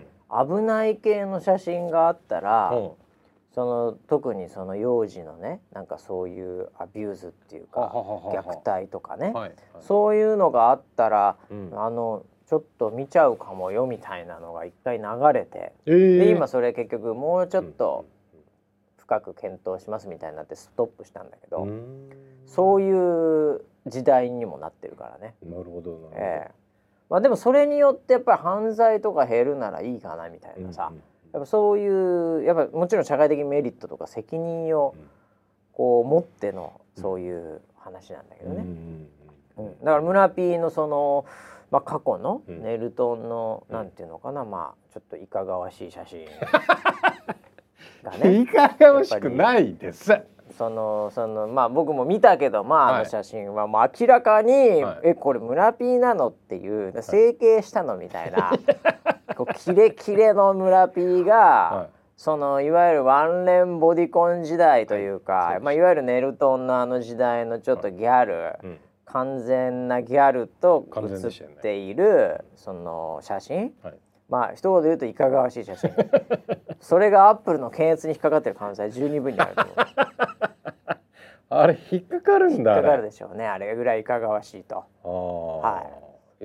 Speaker 1: 危ない系の写真があったら、うん、その特にその幼児のね、なんかそういうアビューズっていうか虐待とかね、はいはい、そういうのがあったら、うん、あのちょっと見ちゃうかもよみたいなのが一回流れて、えー、で今それ結局もうちょっと深く検討しますみたいになってストップしたんだけど、うん、そういう時代にもなってるからね。
Speaker 2: なるほどなるほど、
Speaker 1: えーまあ、でもそれによってやっぱり犯罪とか減るならいいかなみたいなさ、うんうん、やっぱそういうやっぱもちろん社会的メリットとか責任をこう持ってのそういう話なんだけどね、うんうん、だから村 P のその、まあ、過去のネルトンの、うん、なんていうのかな、まあちょっといかがわしい写真
Speaker 2: がねいかがわしくないです。
Speaker 1: そのそのまあ僕も見たけど、まああの写真はもう明らかに、はい、えこれ村 P なのっていう整形したのみたいな、はい、こうキレキレの村 P が、はい、そのいわゆるワンレンボディコン時代というか、はい、まあ、いわゆるネルトンのあの時代のちょっとギャル、はい、うん、完全なギャルと写っている、ね、その写真、はい、まあ一言で言うといかがわしい写真それがアップルの検閲に引っかかってる可能性は十二分にあると思う
Speaker 2: あれ引っかかるんだ。
Speaker 1: 引っかかるでしょうね、あれぐらいいかがわしいと。
Speaker 2: あ、
Speaker 1: はい、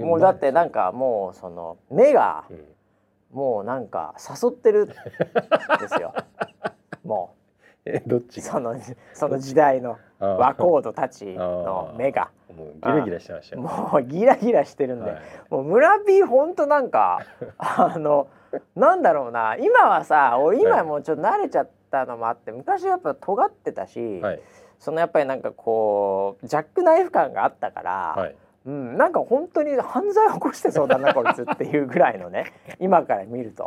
Speaker 1: もうだってなんかもうその目が、うん、もうなんか誘ってるんですよもう
Speaker 2: えどっち
Speaker 1: そのその時代の和コードたちの目が
Speaker 2: もうギラギラしてましたよ、
Speaker 1: もうギラギラしてるんで、はい、もう村 P ほんとなんかあのなんだろうな、今はさ俺今もうちょっと慣れちゃったのもあって、昔はやっぱ尖ってたし、はい、そのやっぱりなんかこうジャックナイフ感があったから、はい、うん、なんか本当に犯罪を起こしてそうだなこいつっていうぐらいのね今から見ると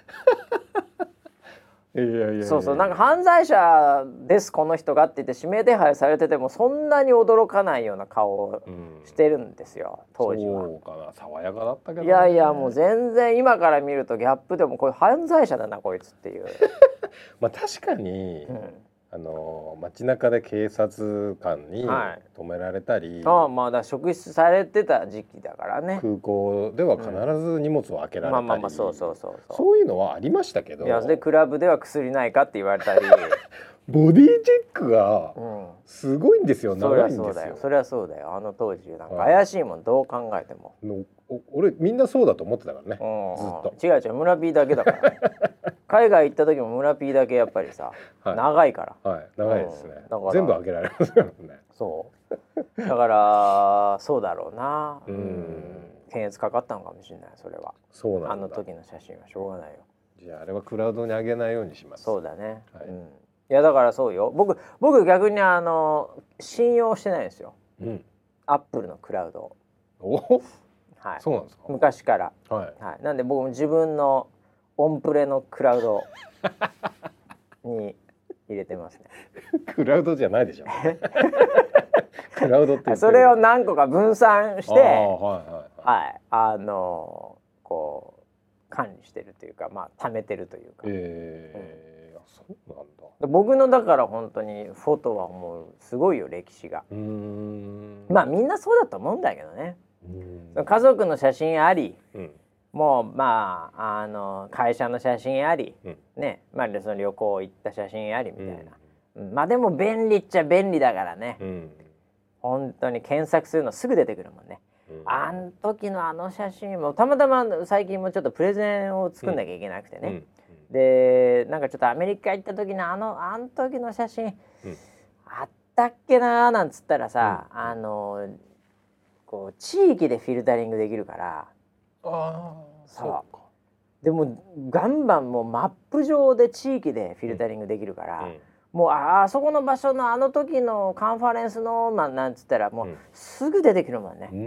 Speaker 2: いやいやいや、
Speaker 1: そうそう、なんか犯罪者ですこの人がって言って指名手配されててもそんなに驚かないような顔をしてるんですよ、うん、当時は。
Speaker 2: そうかな、爽やかだったけど、ね、
Speaker 1: いやいやもう全然今から見るとギャップでもこれ犯罪者だなこいつっていう
Speaker 2: まあ確かに、うん、あの街中で警察官に止められたり、
Speaker 1: はい、ああまあだ職質されてた時期だからね、
Speaker 2: 空港では必ず荷物を開けられたり、うん、まあまあまあ
Speaker 1: そうそうそうそう、
Speaker 2: そういうのはありましたけど、
Speaker 1: いやでクラブでは薬ないかって言われたり
Speaker 2: ボディチェックがすごいんですよ、うん、長いんですよ。
Speaker 1: そりゃそうだよ、そりゃそうだよ、あの当時なんか怪しいもん、どう考えても
Speaker 2: の俺みんなそうだと思ってたからね、うん、ずっと。
Speaker 1: 違う違う、村 P だけだから、ね、海外行った時も村 P だけやっぱりさ、はい、長いから、
Speaker 2: はい、長いですね、うん、全部開けられますからね。
Speaker 1: そうだからそうだろうな、うん、検閲かかったのかもしれない、それは。
Speaker 2: そうなんだ、
Speaker 1: あの時の写真はしょうがないよ。
Speaker 2: じゃああれはクラウドに上げないようにします。
Speaker 1: そうだね、はい、うん、いやだからそうよ、僕僕逆にあの信用してないですよ、うん、アップルのクラウド。
Speaker 2: おはい、そうなんですか。
Speaker 1: 昔から、
Speaker 2: はい
Speaker 1: はい、なんで僕も自分のオンプレのクラウドに入れてますね
Speaker 2: クラウドじゃないでしょクラウドって言ってる。
Speaker 1: それを何個か分散して、はい
Speaker 2: はいはい、
Speaker 1: あのこう管理してるというか、まあ貯めてるというか。
Speaker 2: えーうん、そうなん
Speaker 1: だ。僕のだから本当にフォトはもうすごいよ、歴史が。うーん、まあみんなそうだと思うんだけどね。うん、家族の写真あり、うん、もうまああの会社の写真あり、うん、ね、まあその旅行行った写真ありみたいな、うんうん、まあでも便利っちゃ便利だからね、うん、本当に検索するのすぐ出てくるもんね、うん、あん時のあの写真もたまたま最近もちょっとプレゼンを作んなきゃいけなくてね、うんうん、でなんかちょっとアメリカ行った時のあのあん時の写真、うん、あったっけなーなんつったらさ、うん、あのこう地域でフィルタリングできるから、
Speaker 2: あ
Speaker 1: そうか、でもガンバンもうマップ上で地域でフィルタリングできるから、うん、もう あ, あそこの場所のあの時のカンファレンスのなんつったらもうすぐ出てくるもんね、うん、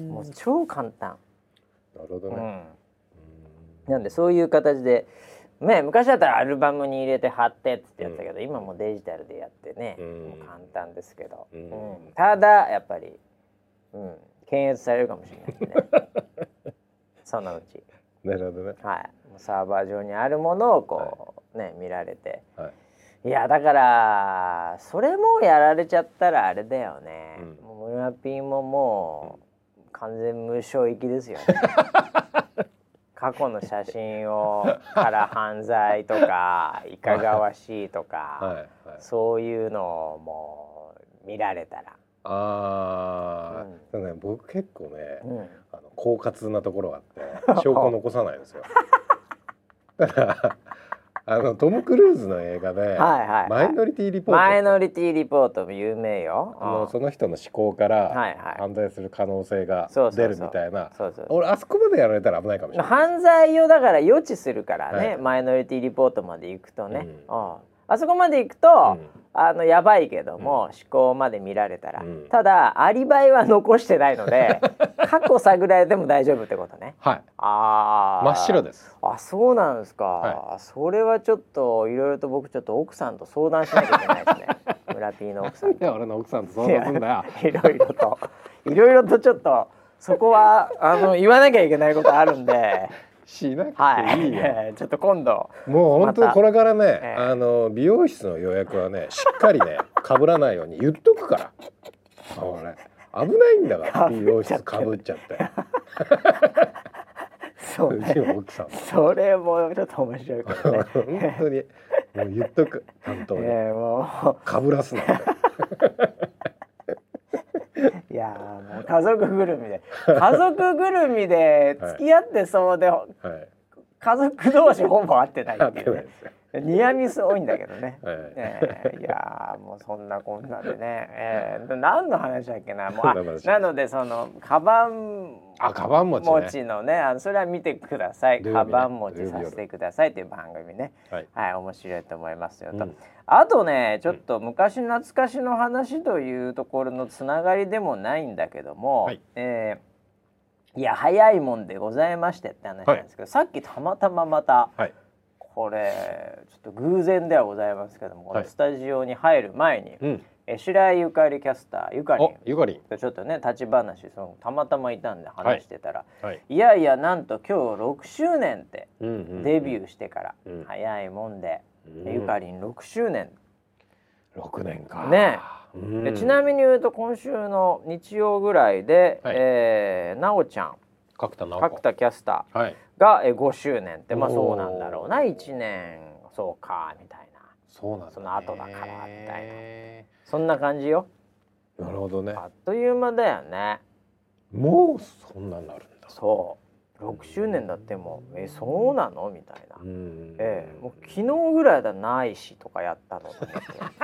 Speaker 1: もう超簡単。
Speaker 2: なるほどね、
Speaker 1: うん、なんでそういう形で、ね、昔だったらアルバムに入れて貼ってってやったけど、うん、今もデジタルでやってね、うん、もう簡単ですけど、うんうん、ただやっぱり、うん、検閲されるかもしれないねそのうち。
Speaker 2: なるほどね、
Speaker 1: はい、サーバー上にあるものをこう、はい、ね、見られて、はい、いやだからそれもやられちゃったらあれだよね、うん、もう村 P ももう、うん、完全無償行きですよね過去の写真をから犯罪とかいかがわしいとか、はいはい、そういうのをもう見られたら、
Speaker 2: ああ、うん、ね、僕結構ね、うん、あの狡猾なところがあって証拠を残さないんですよだからあのトム・クルーズの映画で、はいはいはい、マイノリティリポート、
Speaker 1: マイノリティリポートも有名よ。
Speaker 2: あのその人の思考から犯罪する可能性が出るみたいな、俺あそこまでやられたら危ないかもしれない。
Speaker 1: 犯罪をだから予知するからね、はい、マイノリティリポートまで行くとね、うん、ああそこまで行くと、うん、あのやばいけども、うん、思考まで見られたら、うん、ただアリバイは残してないので過去探られても大丈夫ってことね。
Speaker 2: はい。
Speaker 1: あ
Speaker 2: あ、真っ白です。
Speaker 1: あ、そうなんですか、
Speaker 2: はい、
Speaker 1: それはちょっといろいろと僕ちょっと奥さんと相談しなきゃいけないですね村 P の奥さんと。
Speaker 2: いや俺の奥さんと相談するんだよ
Speaker 1: いろいろといろいろとちょっとそこはあの言わなきゃいけないことあるんで
Speaker 2: しなくていいよ、はい、
Speaker 1: ちょっと今度
Speaker 2: もう本当にこれからね、えー、あの美容室の予約はねしっかりね被らないように言っとくから俺危ないんだから美容室被っちゃって
Speaker 1: そうね、
Speaker 2: 奥さん
Speaker 1: それもちょっと面白いからね
Speaker 2: 本当にもう言っとく担当に、えー、もう被らすなって
Speaker 1: いやもう家族ぐるみで家族ぐるみで付き合ってそうで、はいはい、家族同士ほぼ会ってないっていうねニアミス多いんだけどね、はいえー、いやもうそんなこんなでね、えー、何の話だっけなもうあなのでそのカバン
Speaker 2: あカバン持ち、ね、
Speaker 1: 持ちのねあのそれは見てください、ね、カバン持ちさせてくださいという番組ね、はい、はい、面白いと思いますよと、うん、あとねちょっと昔懐かしの話というところのつながりでもないんだけども、はい、えー、いや早いもんでございましてって話なんですけど、はい、さっきたまたままた、はい、これちょっと偶然ではございますけども、このスタジオに入る前に、はい、え白井ゆかりキャスターゆかりん
Speaker 2: ゆかりん
Speaker 1: とちょっとね立ち話そのたまたまいたんで話してたら、はいはい、いやいやなんと今日ろくしゅうねんってデビューしてから、うんうん、早いもんで、うん、ゆかりんろくしゅうねん
Speaker 2: ろくねんか
Speaker 1: ね、うん、でちなみに言うと今週の日曜ぐらいで、はい、えー、なおちゃん
Speaker 2: 角田
Speaker 1: 角田キャスターが、はい、ごしゅうねんってまあそうなんだろうないちねんそうかみたいな
Speaker 2: そうなんだ、ね、
Speaker 1: その後だからみたいなそんな感じよ。
Speaker 2: なるほどね。
Speaker 1: あっという間だよね。
Speaker 2: もうそんなになるんだ。
Speaker 1: そうろくしゅうねんだってもうえそうなのみたいな、ええ、もう昨日ぐらいだないしとかやったのと思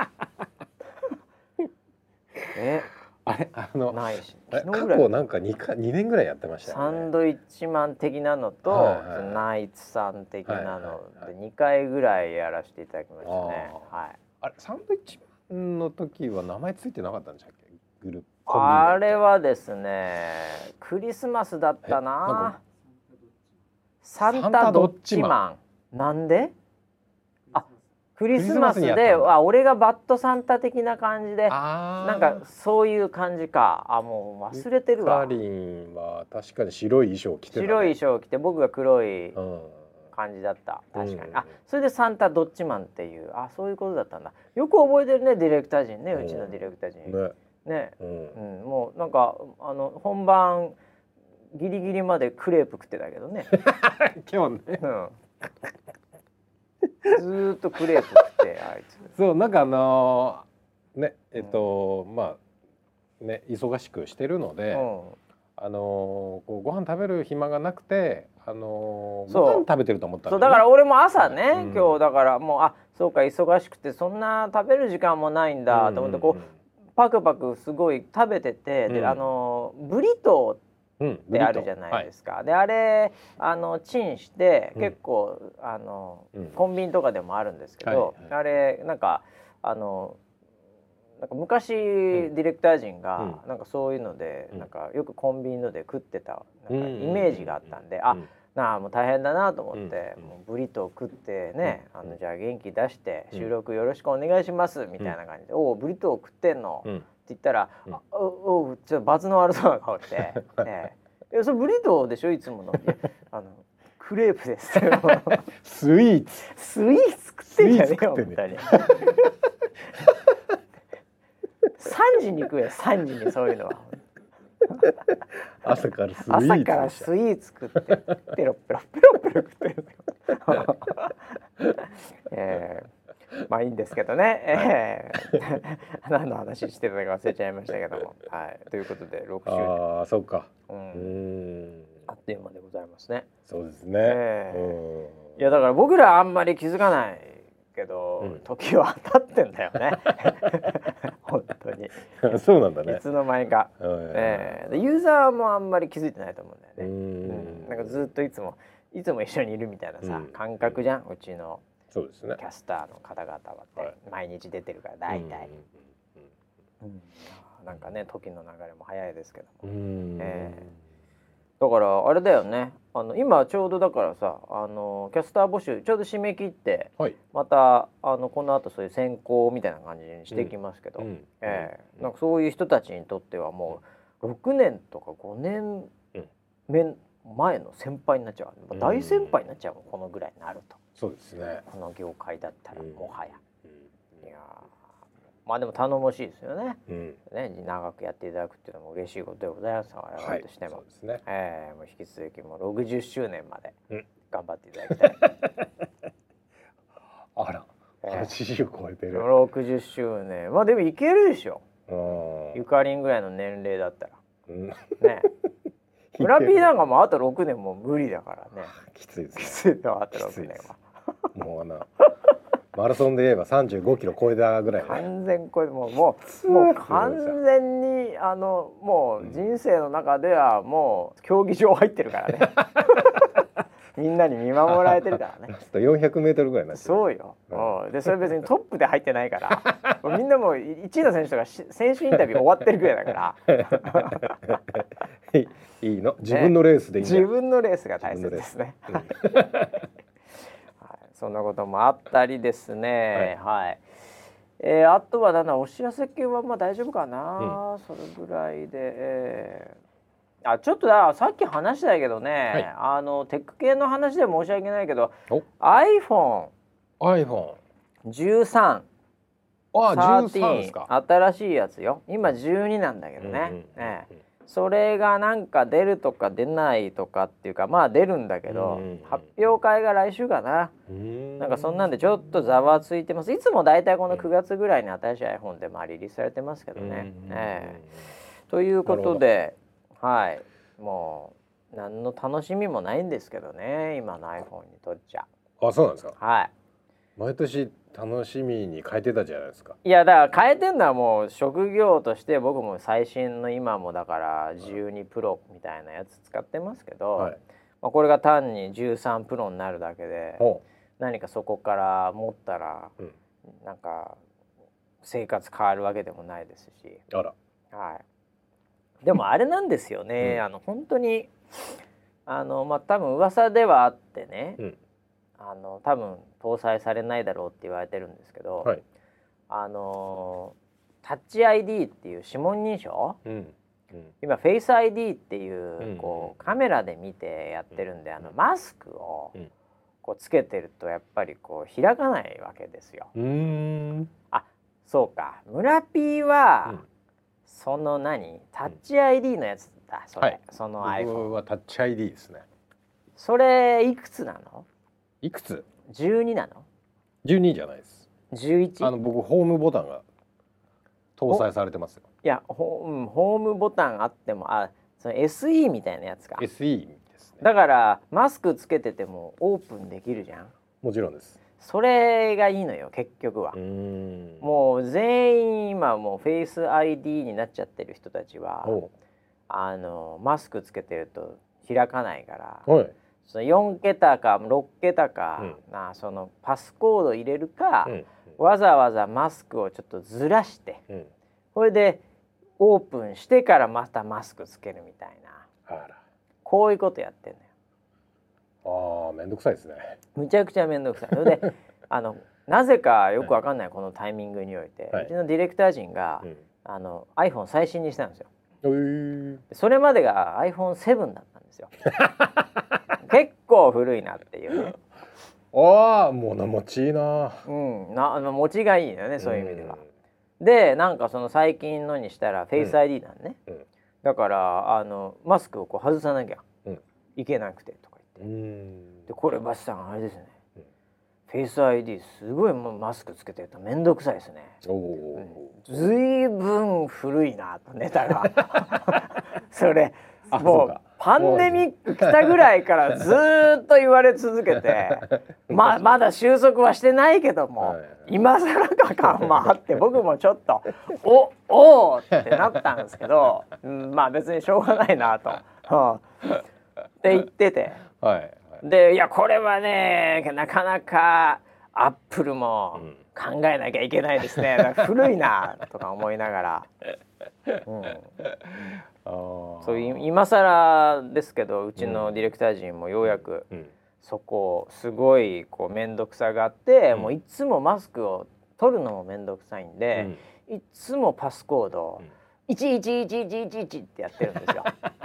Speaker 1: ってえ
Speaker 2: あれあの
Speaker 1: ないし
Speaker 2: 過去なんか 2, かにねんぐらいやってましたよね。
Speaker 1: サンドイッチマン的なのと、はいはい、ナイツさん的なのでにかいぐらいやらせていただきましたね。はい、
Speaker 2: あれサンドイッチマンの時は名前ついてなかったんでしたっけグループ。
Speaker 1: あれはですねクリスマスだったな。サンタドッチマンなんであクリスマスであ俺がバッドサンタ的な感じでなんかそういう感じか。あもう忘れてるわ。
Speaker 2: ゆかりんは確かに白い衣装着てた、ね、
Speaker 1: 白い衣装着て僕が黒い感じだった、うん、確かに、うん、あそれでサンタドッチマンっていうあそういうことだったんだ。よく覚えてるねディレクター陣ね、うん、うちのディレクター陣ねね、うんうん、もうなんかあの本番ギリギリまでクレープ食ってたけどね
Speaker 2: 今日ね、うん、
Speaker 1: ずーっとクレープ食ってあいつ
Speaker 2: そうなんかあのー、ねえっと、うん、まあね忙しくしてるので、うん、あのー、こうご飯食べる暇がなくてあのー、ご飯食べてると思ったんだよね。
Speaker 1: そうだから俺も朝ね、うん、今日だからもうあそうか忙しくてそんな食べる時間もないんだと思ってこう、うんうんうんパクパクすごい食べてて、うん、であのブリトーってあるじゃないですか、うんはい、であれあのチンして、うん、結構あの、うん、コンビニとかでもあるんですけど、はいはい、あれなんかあのなんか昔、うん、ディレクター陣が、うん、なんかそういうので、うん、なんかよくコンビニので食ってたなんかイメージがあったんで、うん、あなあもう大変だなと思って、うん、もうブリトー食ってね、うん、あのじゃあ元気出して収録よろしくお願いしますみたいな感じで、うん、おおブリトー食ってんの、うん、って言ったら、うん、あおおちょっと罰の悪そうな顔して、ね、いやそれブリトーでしょいつものあのクレープです
Speaker 2: スイーツ
Speaker 1: スイーツ食ってんじゃねえよみたいなさんじに食えさんじにそういうのは
Speaker 2: 朝からスイーツ
Speaker 1: 朝からスイーツ食ってペロペロペロペロ食ってるえー、まあいいんですけどね、はいえー、何の話してたか忘れちゃいましたけども、はい、ということでろくしゅうねん
Speaker 2: ああそうか、
Speaker 1: うん、うんあっという間でございますね。
Speaker 2: そうですね、
Speaker 1: えー、いやだから僕らあんまり気づかないけど、うん、時は経ってんだよね本当に
Speaker 2: そうなんだね。
Speaker 1: いつの間にか、えー、ユーザーもあんまり気づいてないと思うんだよね。うん、なんかずっといつもいつも一緒にいるみたいなさ、うん、感覚じゃん、うちの
Speaker 2: そうですね、
Speaker 1: キャスターの方々はって、はい、毎日出てるから大体、うんうんうん、なんかね時の流れも早いですけども、うんえー、だからあれだよね、あの今ちょうどだからさあのキャスター募集ちょうど締め切って、はい、またあのこの後そういう選考みたいな感じにしていきますけど、うんうんえー、なんかそういう人たちにとってはもうろくねんとかごねんめ前の先輩になっちゃう、うん、大先輩になっちゃう、このぐらいになると。
Speaker 2: そうですね、
Speaker 1: この業界だったらもはや、うん、いやまあでも頼もしいですよね、うん、ね長くやっていただくっていうのも嬉しいことでございます。我々としても、はい、そうですね、えー、もう引き続きもうろくじゅっしゅうねんまで頑張っていただきたい、うん、
Speaker 2: あらはちじゅう超えてる。
Speaker 1: ろくじゅっしゅうねん、まあでもいけるでしょ。ゆかりんぐらいの年齢だったら、うん、ね村 P なんかもうあとろくねんも無理だからね。
Speaker 2: きついですね。
Speaker 1: きついとあとろくねんは
Speaker 2: もうあのマラソンで言えばさんじゅうごキロ超えたぐらい、ね、
Speaker 1: 完全超えてもうもうもう完全にあのもう人生の中ではもう競技場入ってるからねみんなに見守られてるからね。
Speaker 2: ラストよんひゃくメートルぐらいになってる。
Speaker 1: そうよ、うん、でそれ別にトップで入ってないからみんなもういちいの選手とか選手インタビュー終わってるぐらいだから
Speaker 2: いいの自分のレースでいいんだ、
Speaker 1: ね、自分のレースが大切ですね、うんはい、そんなこともあったりですね、はい、はい、えー、あとはだなお知らせ系はまあ大丈夫かな、うん、それぐらいで、えーあちょっとださっき話したけどね、はい、あのテック系の話で申し訳ないけど iPhone じゅうさん
Speaker 2: あじゅうさんですか。
Speaker 1: 新しいやつよ。今じゅうになんだけどね、うんうんうんうんね、それがなんか出るとか出ないとかっていうかまあ出るんだけど、うんうん、発表会が来週かな、うん、なんかそんなんでちょっとざわついてます。いつもだいたいこのくがつぐらいに新しい iPhone でまあリリースされてますけどね、うんうんうんえー、ということではい、もう何の楽しみもないんですけどね今の iPhone にとっちゃ。
Speaker 2: あ、そうなんですか。
Speaker 1: はい。
Speaker 2: 毎年楽しみに変えてたじゃないですか。
Speaker 1: いやだから変えてんのはもう職業として僕も最新の今もだからじゅうにプロみたいなやつ使ってますけど、はいまあ、これが単にじゅうさんプロになるだけで何かそこから持ったら、うん、なんか生活変わるわけでもないですし。
Speaker 2: あら。
Speaker 1: はい。でもあれなんですよね、うん、あの本当にあのまあ多分噂ではあってね、うん、あの多分搭載されないだろうって言われてるんですけど、はい、あのタッチ アイディー っていう指紋認証、うんうん、今フェイス アイディー っていう、うん、こうカメラで見てやってるんで、うん、あのマスクをこうつけてるとやっぱりこう開かないわけですよ。うーんあそうか村 P は、うんその何タッチ アイディー のやつだそれ、はい、その iPhone
Speaker 2: 僕はタッチ アイディー ですね。
Speaker 1: それいくつなの？
Speaker 2: いくつ？
Speaker 1: じゅうになの？
Speaker 2: じゅうにじゃないです。
Speaker 1: じゅういち？
Speaker 2: あの僕ホームボタンが搭載されてますよ。
Speaker 1: いや ホ,、うん、ホームボタンあってもあその エスイー みたいなやつか。
Speaker 2: エスイー ですね。
Speaker 1: だからマスクつけててもオープンできるじゃん。
Speaker 2: もちろんです。
Speaker 1: それがいいのよ結局は。うーんもう全員今もうフェイス アイディー になっちゃってる人たちはあのマスクつけてると開かないから、はい、そのよんけたかろっけたか、うん、なそのパスコード入れるか、うんうん、わざわざマスクをちょっとずらして、うん、それでオープンしてからまたマスクつけるみたいな、あらこういうことやってんのよ。
Speaker 2: ああ、めんどくさいですね。
Speaker 1: むちゃくちゃめんどくさい。それであのなぜかよくわかんないこのタイミングにおいて、はい、うちのディレクター陣が、うん、あの iPhone 最新にしたんですよ。えー、それまでが アイフォンセブン だったんですよ。結構古いなっていうね。
Speaker 2: ああ、もうな持ちいいな。
Speaker 1: うん、な持ちがいいよねそういう意味では。でなんかその最近のにしたらフェイス アイディー なんね、うんうん、だからあのマスクをこう外さなきゃいけなくてとか言って、うん、でこれバシさんあれですね、うん、フェイス アイディー すごいもうマスクつけてるとめんどくさいですね。お、うん、ずいぶん古いなとネタがそれもうパンデミック来たぐらいからずっと言われ続けてま, まだ収束はしてないけども、はい、今更か感もあって僕もちょっとおおーってなったんですけど、うん、まあ別にしょうがないなと、はあ、って言ってて、はいはい、でいやこれはねなかなかアップルも考えなきゃいけないですね、だから古いなとか思いながら、うん、あそう今更ですけどうちのディレクター陣もようやくそこすごいこう面倒くさがって、うん、もういつもマスクを取るのも面倒くさいんで、うん、いつもパスコードいちいちいちいちいちいちってやってるんですよ。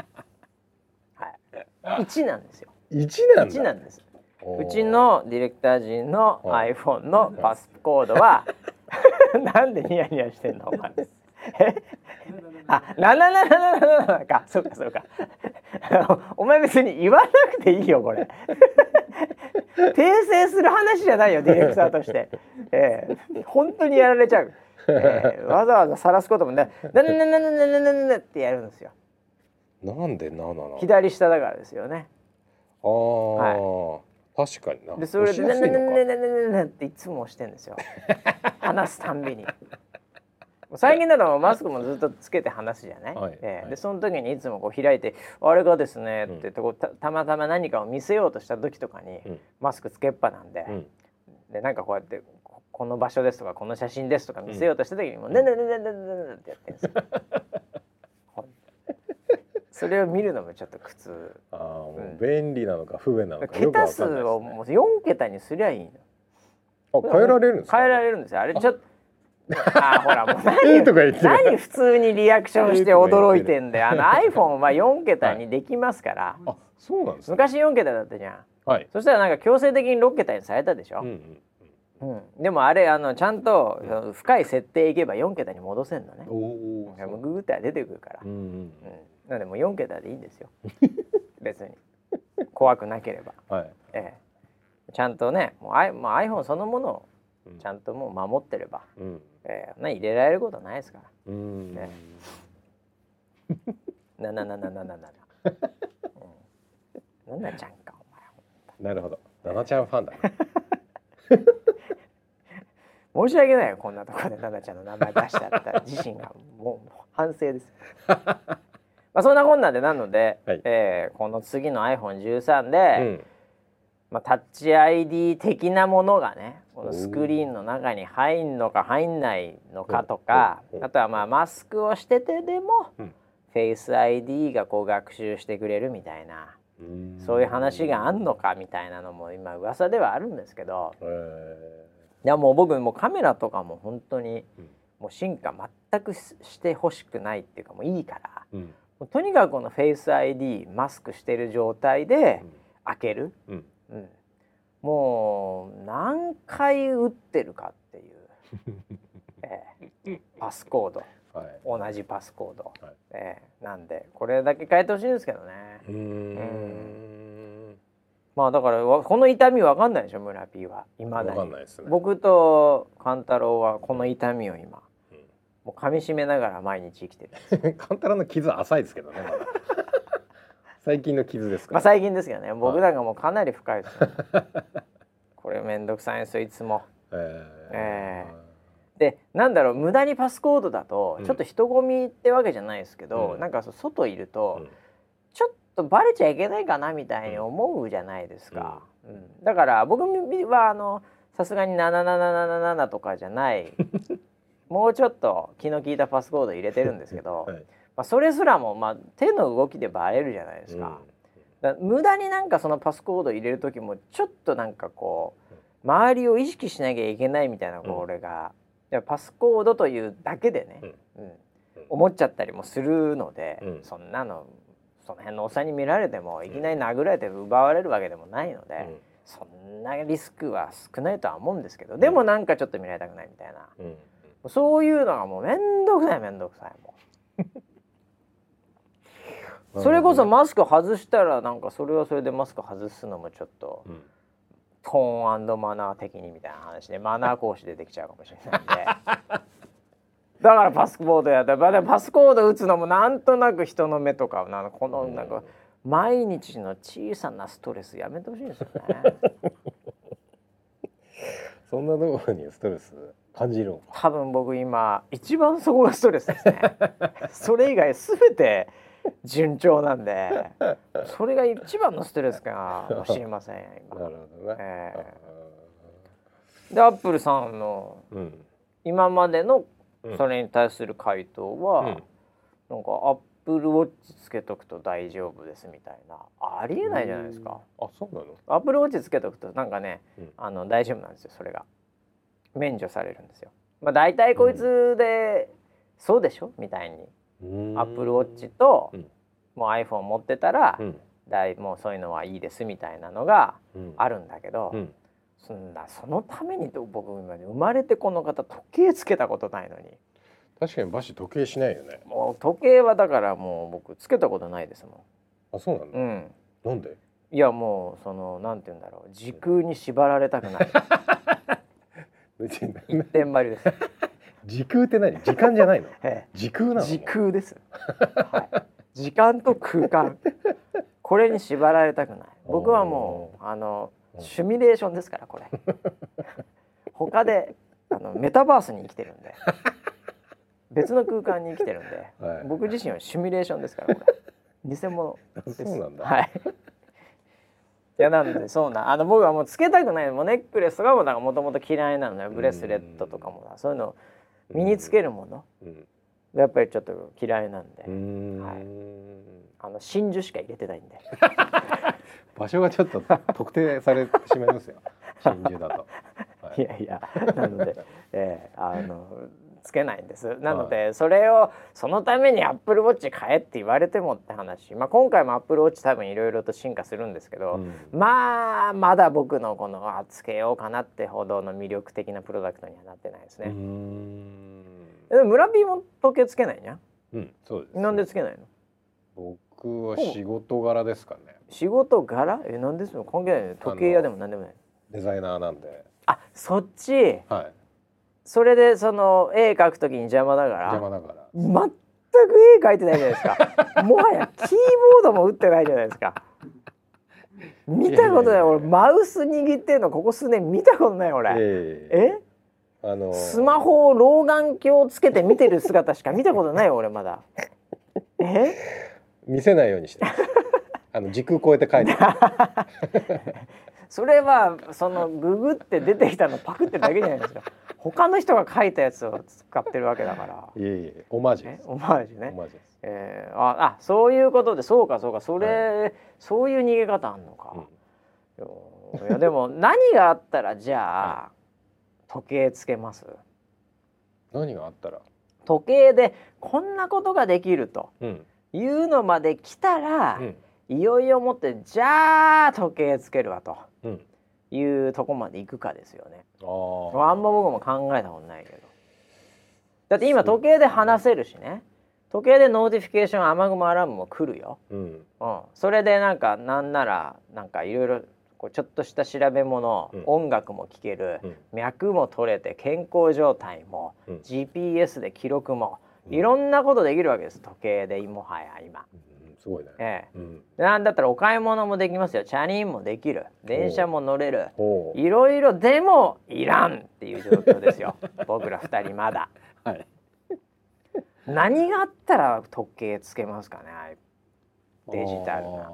Speaker 1: はい、いちなんですよ。
Speaker 2: いちなんだ。
Speaker 1: いちなんです。うちのディレクター陣の iPhone のパスコードはなんでニヤニヤしてんのお前あ、なななななななか、そうかそうか。お前別に言わなくていいよこれ。訂正する話じゃないよディレクターとして。えー、本当にやられちゃう。えー、わざわざ晒すこともね、ななななななななってやるんですよ。
Speaker 2: なんでななな？
Speaker 1: 左下だからですよね。
Speaker 2: ああ、はい、確かにな。
Speaker 1: でそれでなななななななっていつも押してんですよ。話すたんびに。最近だとマスクもずっとつけて話すじゃない、はい、えーはい、でその時にいつもこう開いて「あれがですね」ってこう た, たまたま何かを見せようとした時とかに、うん、マスクつけっぱなんで、うん、でなんかこうやって「この場所です」とか「この写真です」とか見せようとした時にもう「ねねねねねねね」ってやってるんですよ。それを見るのもちょっと苦痛。
Speaker 2: ああ、もう便利なのか不便なのかよく
Speaker 1: わかんないですね。桁数をもうよん桁にすりゃいい
Speaker 2: の。あ、変えられるんですか？
Speaker 1: 変えられるんですよ。あれちょっとあ、ほらもう何何普通にリアクションして驚いてんだよ。あの iPhone はよん桁にできますから。はい、
Speaker 2: あ、そうなんですね。
Speaker 1: 昔よん桁だったじゃん。はい。そしたらなんか強制的にろく桁にされたでしょ。うんうんうん、でもあれあのちゃんと、うん、深い設定いけばよん桁に戻せんのね。おお。ググったら出てくるから。うんうんうん、なのでもうよん桁でいいんですよ。別に怖くなければ。はい。ええ、ちゃんとね、もう I、もう iPhone そのものをちゃんともう守ってれば。うん、えー、ね、入れられることないですから。うん。ね。なななななななな。ななちゃんか
Speaker 2: お前。なるほど。ななちゃんファンだね。
Speaker 1: 申し訳ないよこんなところでななちゃんの名前出しちゃった自身がもう反省です。まあそんなこんなんでなので、はい、えー、この次の アイフォンじゅうさん で、うん、まあ、タッチ アイディー 的なものがねこのスクリーンの中に入んのか入んないのかとか、あとはまあマスクをしててでも、うん、フェイス アイディー がこう学習してくれるみたいな、うそういう話があんのかみたいなのも今噂ではあるんですけど、いやもう僕もうカメラとかも本当にもう進化全くしてほしくないっていうかもういいから、うん、もうとにかくこのフェイス アイディー マスクしてる状態で開ける、うんうん、もう何回打ってるかっていう、えー、パスコード、はい、同じパスコード、はい、えー、なんでこれだけ変えてほしいんですけどね。うーん、うん、まあだからこの痛みわかんないでしょ村 P は今だに。わかんないですね。僕と勘太郎はこの痛みを今、うん、もう噛み締めながら毎日生きてるんですよ。
Speaker 2: 勘太郎の傷浅いですけどねまだ。最近の傷ですか、
Speaker 1: まあ最近ですけどね、僕なんかもうかなり深いですよ、ね。これめんどくさいんですよいつも。えーえー、でなんだろう無駄にパスコードだと、うん、ちょっと人混みってわけじゃないですけど、うん、なんか外いると、うん、ちょっとバレちゃいけないかなみたいに思うじゃないですか。うんうん、だから僕はあのさすがにななななななななとかじゃないもうちょっと気の利いたパスコード入れてるんですけど。はい、まあ、それすらも、まあ、手の動きでバレるじゃないですか。うん、だから無駄になんかそのパスコード入れる時もちょっとなんかこう周りを意識しなきゃいけないみたいなこれが、うん、パスコードというだけでね、うんうん、思っちゃったりもするので、うん、そんなのその辺のおっさんに見られてもいきなり殴られて奪われるわけでもないので、うん、そんなリスクは少ないとは思うんですけど、でもなんかちょっと見られたくないみたいな、うん、そういうのがもうめんどくさいめんどくさいもう。それこそマスク外したらなんかそれはそれでマスク外すのもちょっと、うん、トーン&マナー的にみたいな話でマナー講師出てきちゃうかもしれないんでだからパスコードやったらパスコード打つのもなんとなく人の目とかなんかこのなんか毎日の小さなストレスやめてほしいんですよね。
Speaker 2: そんなところにストレス感じるのか。
Speaker 1: 多分僕今一番そこがストレスですね。それ以外すべて順調なんでそれが一番のストレスかもしれません今。なるほどね。えー、でアップルさんの今までのそれに対する回答は、うん、なんかアップルウォッチつけとくと大丈夫ですみたいなありえないじゃないですか。
Speaker 2: あ、そうなの？
Speaker 1: アップルウォッチつけとくとなんかね、うん、あの大丈夫なんですよ。それが免除されるんですよ。まあ大体こいつで、うん、そうでしょみたいに。アップルウォッチと、うん、もう iPhone 持ってたら、うん、だいもうそういうのはいいですみたいなのがあるんだけど、うん、そんなそのためにと僕今生まれてこの方時計つけたことないのに
Speaker 2: 確かにバシ時計しないよね。
Speaker 1: もう時計はだからもう僕つけたことないですも
Speaker 2: ん。あ、そうなんだ。
Speaker 1: うん。
Speaker 2: なんで？
Speaker 1: いやもうそのなんて言うんだろう、時空に縛られたくない。一点張りです。
Speaker 2: 時空って何？時間じゃないの？ええ、時空なの？
Speaker 1: 時空です。はい。時間と空間。これに縛られたくない。僕はもうあのシミュレーションですからこれ。他であのメタバースに生きてるんで。別の空間に生きてるんで、はい、僕自身はシミュレーションですからこれ偽物です。
Speaker 2: そうなんだ。
Speaker 1: はい。いやなんでそうなあの僕はもうつけたくないもうネックレスとかもなんかもともと嫌いなのよ。ブレスレットとかもそういうの身につけるものがやっぱりちょっと嫌いなんで、はい、あの真珠しか入れてないんで
Speaker 2: 場所がちょっと特定されてしまいますよ真珠だと。
Speaker 1: はい、いやいやなので、えー、あのつけないんです。なので、はい、それをそのためにアップルウォッチ買えって言われてもって話、まあ、今回もアップルウォッチ多分いろいろと進化するんですけど、うん、まあまだ僕のこのあつけようかなってほどの魅力的なプロダクトにはなってないですね。うーんでも村 P も時計つけないじゃん。
Speaker 2: うん、そうです、ね。
Speaker 1: なんでつけない
Speaker 2: の？僕は仕事柄ですかね。
Speaker 1: 仕事柄？え、なんですよ。関係ないね。時計屋でもなんでもない。
Speaker 2: デザイナーなんで。
Speaker 1: あ、そっち。はい。それでその絵描くときに邪魔だから
Speaker 2: 邪魔だから
Speaker 1: 全く絵描いてないじゃないですか。もはやキーボードも打ってないじゃないですか。見たことない。俺マウス握ってんのここ数年見たことない俺。えー、あのー、スマホを老眼鏡つけて見てる姿しか見たことない俺まだ。え
Speaker 2: 見せないようにしてます。あの時空超えて書いて
Speaker 1: それはそのググって出てきたのパクってるだけじゃないですか。他の人が書いたやつを使ってるわけだから。
Speaker 2: いえいえ、オマージュです。
Speaker 1: オマージュね。オマージュです。えー、ああ、そういうことで、そうかそうか、それ、はい、そういう逃げ方あんのか。うん、いやでも何があったらじゃあ、はい、時計つけます？
Speaker 2: 何があったら？
Speaker 1: 時計でこんなことができるというのまで来たら、うん、いよいよもってじゃあ時計つけるわと。うん、いうとこまで行くかですよね。あ, あんま僕も考えたことないけど、だって今時計で話せるしね、時計でノーティフィケーション雨雲アラームも来るよ、うんうん、それでなんかなんならなんかいろいろちょっとした調べ物、うん、音楽も聴ける、うん、脈も取れて健康状態も、うん、ジーピーエス で記録も、うん、いろんなことできるわけです。時計でもはや今、
Speaker 2: すごいね。
Speaker 1: ええ、うん、なんだったらお買い物もできますよ。チャリンもできる。電車も乗れる。いろいろでもいらんっていう状況ですよ。僕らふたりまだ。はい、何があったら時計つけますかね。デジタルな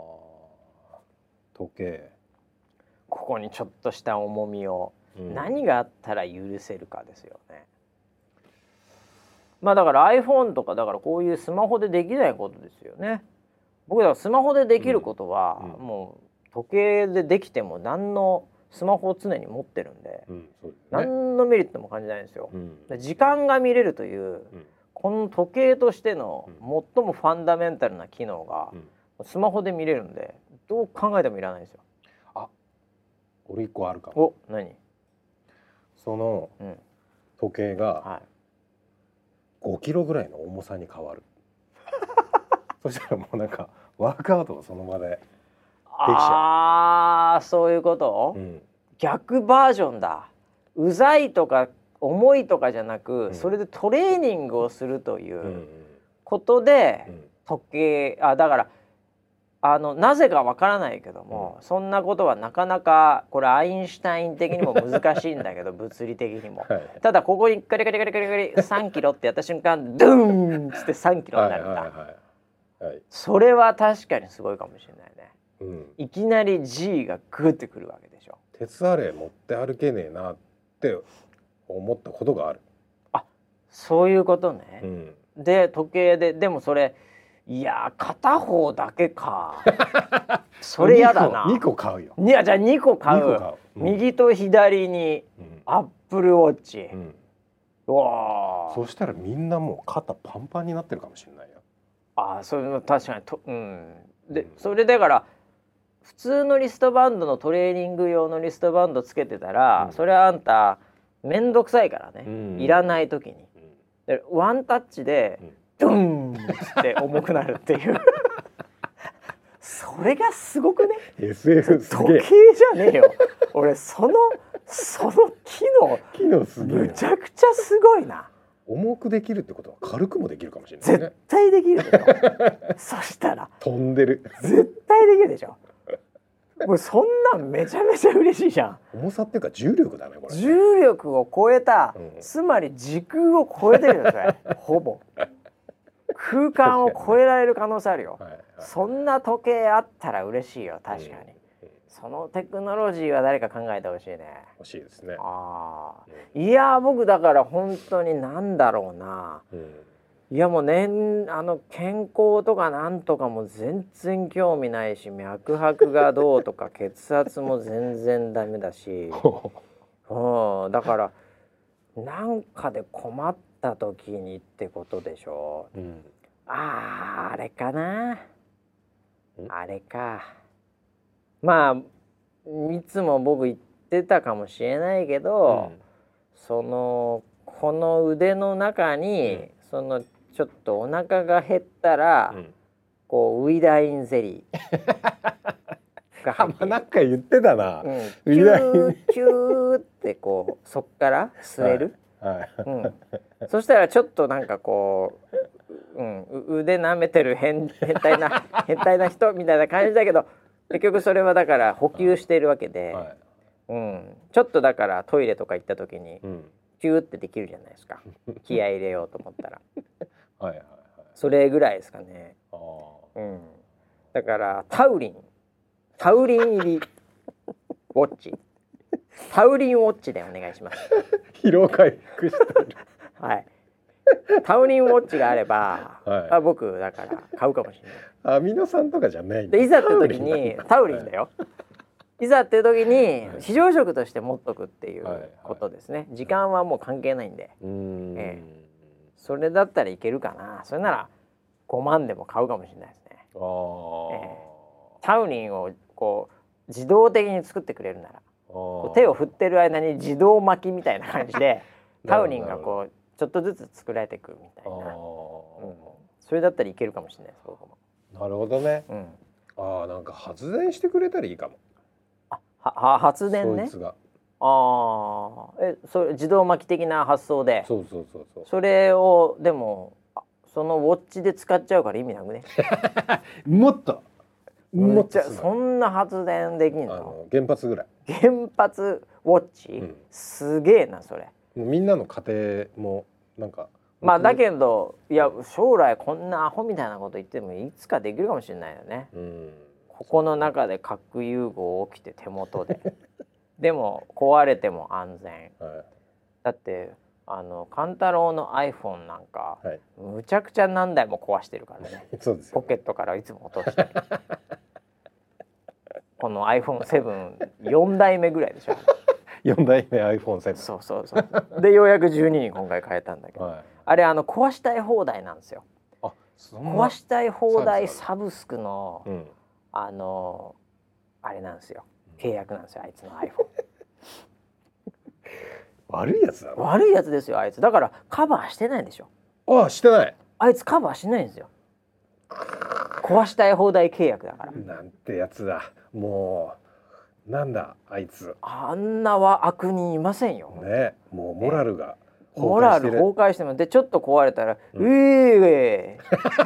Speaker 2: 時計。
Speaker 1: ここにちょっとした重みを、うん、何があったら許せるかですよね。まあだから iPhone とかだからこういうスマホでできないことですよね。僕だからスマホでできることは、うん、もう時計でできても何のスマホを常に持ってるんで、うんそうですね、何のメリットも感じないんですよ。うん、時間が見れるという、うん、この時計としての最もファンダメンタルな機能が、うん、スマホで見れるんでどう考えてもいらないんですよ。
Speaker 2: あ、俺一個あるかも。
Speaker 1: お、何？
Speaker 2: その、うん、時計が、はい、ごキロぐらいの重さに変わる。そしたらもうなんかワークアウトをその場でできちゃう。
Speaker 1: ああ、そういうこと、うん、逆バージョンだ。うざいとか重いとかじゃなく、うん、それでトレーニングをするということで、うんうん、時計、あ、だからあのなぜかわからないけども、うん、そんなことはなかなかこれアインシュタイン的にも難しいんだけど物理的にも、はい、ただここにカリカリカリカリカリカリさんキロってやった瞬間ドゥーンっつってさんキロになるんだ。はいはいはいはい、それは確かにすごいかもしれないね、うん、いきなり G がグッてくるわけでしょ。
Speaker 2: 鉄アレイ持って歩けねえなって思ったことがある。
Speaker 1: あ、そういうことね、うん、で時計ででもそれいや片方だけかそれやだな。
Speaker 2: にこ買うよ。
Speaker 1: いやじゃあにこ買う。にこ買う、うん、右と左にアップルウォッチ、うん、うわ
Speaker 2: そしたらみんなもう肩パンパンになってるかもしれないよ。
Speaker 1: ああ、それは確かにと、うん、で、うん、それだから普通のリストバンドのトレーニング用のリストバンドつけてたら、うん、それはあんためんどくさいからね、うん、いらない時に、 でワンタッチで、うん、ドーンって重くなるっていうそれがすごくね。
Speaker 2: エスエフ すげえ。
Speaker 1: 時計じゃねえよ俺そのその機能
Speaker 2: 機能すげえ。
Speaker 1: むちゃくちゃすごいな。
Speaker 2: 重くできるってことは軽くもできるかもしれないね。
Speaker 1: 絶対できるでしょそしたら
Speaker 2: 飛んでる
Speaker 1: 絶対できるでしょ。もうそんなんめちゃめちゃ嬉しいじゃん。
Speaker 2: 重さっていうか重力だねこれ。
Speaker 1: 重力を超えた、
Speaker 2: うん、
Speaker 1: つまり時空を超えてるよそれほぼ空間を超えられる可能性あるよ、はいはい、そんな時計あったら嬉しいよ確かに、うんうん、そのテクノロジーは誰か考えてほしいね。
Speaker 2: 欲しいですね。
Speaker 1: あ、うん、いや僕だから本当になんだろうな、うん、いやもうねあの健康とかなんとかも全然興味ないし、脈拍がどうとか血圧も全然ダメだしうん、だからなんかで困った時にってことでしょ、うん、あーあれかな、あれか、まあいつも僕言ってたかもしれないけど、うん、そのこの腕の中に、うん、そのちょっとお腹が減ったら、うん、こうウイダインゼリーが入ってる
Speaker 2: なんか言ってたな、
Speaker 1: うん、キューキューってこうそっから吸える、はいはい、うん、そしたらちょっとなんかこう、うん、腕舐めてる変変態な変態な人みたいな感じだけど結局それはだから補給しているわけで、はい、うん、ちょっとだからトイレとか行った時に、うん、キューってできるじゃないですか気合い入れようと思ったらはいはい、はい、それぐらいですかね。あ、うん、だからタウリンタウリン入りウォッチタウリンウォッチでお願いします
Speaker 2: 疲労回復してる
Speaker 1: はいタウリンウォッチがあれば、はい、あ僕だから買うかもしれない。
Speaker 2: アミノ酸とかじゃないん
Speaker 1: だ。でいざって時にタウリンだよ、はい、いざって時に非常食として持っとくっていうことですね、はいはい、時間はもう関係ないんで、うーん、えー、それだったらいけるかな。それならごまんでも買うかもしれないですね。あ、えー、タウリンをこう自動的に作ってくれるなら手を振ってる間に自動巻きみたいな感じでタウリンがこうちょっとずつ作られていくみたいな、うん、それだったらいけるかもしれないです僕も。
Speaker 2: なるほどね、うん、あ、なんか発電してくれたらいいかも。
Speaker 1: あ、は発電ね。
Speaker 2: そいつが
Speaker 1: あえそれ自動巻き的な発想で、
Speaker 2: そうそうそうそう、
Speaker 1: それをでもそのウォッチで使っちゃうから意味なくね
Speaker 2: もっと
Speaker 1: もっとそんな発電できんの？あの
Speaker 2: 原発ぐらい。
Speaker 1: 原発ウォッチ、うん、すげえなそれ。
Speaker 2: みんなの家庭もなんか
Speaker 1: まあだけどいや将来こんなアホみたいなこと言ってもいつかできるかもしれないよね、うん、ここの中で核融合起きて手元ででも壊れても安全、はい、だってあのカンタロウの iPhone なんか、はい、むちゃくちゃ何台も壊してるからね
Speaker 2: そうですよね、
Speaker 1: ポケットからいつも落としてこの アイフォンセブンよん 代目ぐらいでしょ
Speaker 2: よん代目 アイフォンセブン。
Speaker 1: そうそうそうでようやくじゅうにに今回変えたんだけど、はい、あれあの壊したい放題なんですよ。あ、そんな壊したい放題サブスクの、うん、あのあれなんですよ、契約なんですよあいつの iPhone
Speaker 2: 悪いやつだな。
Speaker 1: 悪いやつですよあいつ。だからカバーしてないでしょ。
Speaker 2: ああ、してない。
Speaker 1: あいつカバーしないんですよ。壊したい放題契約だから。
Speaker 2: なんてやつだ。もうなんだあいつ。
Speaker 1: あんなは悪人いませんよ。
Speaker 2: ね、もうモラルが
Speaker 1: 崩壊してる。モラル崩壊してもでちょっと壊れたら、うん、うえー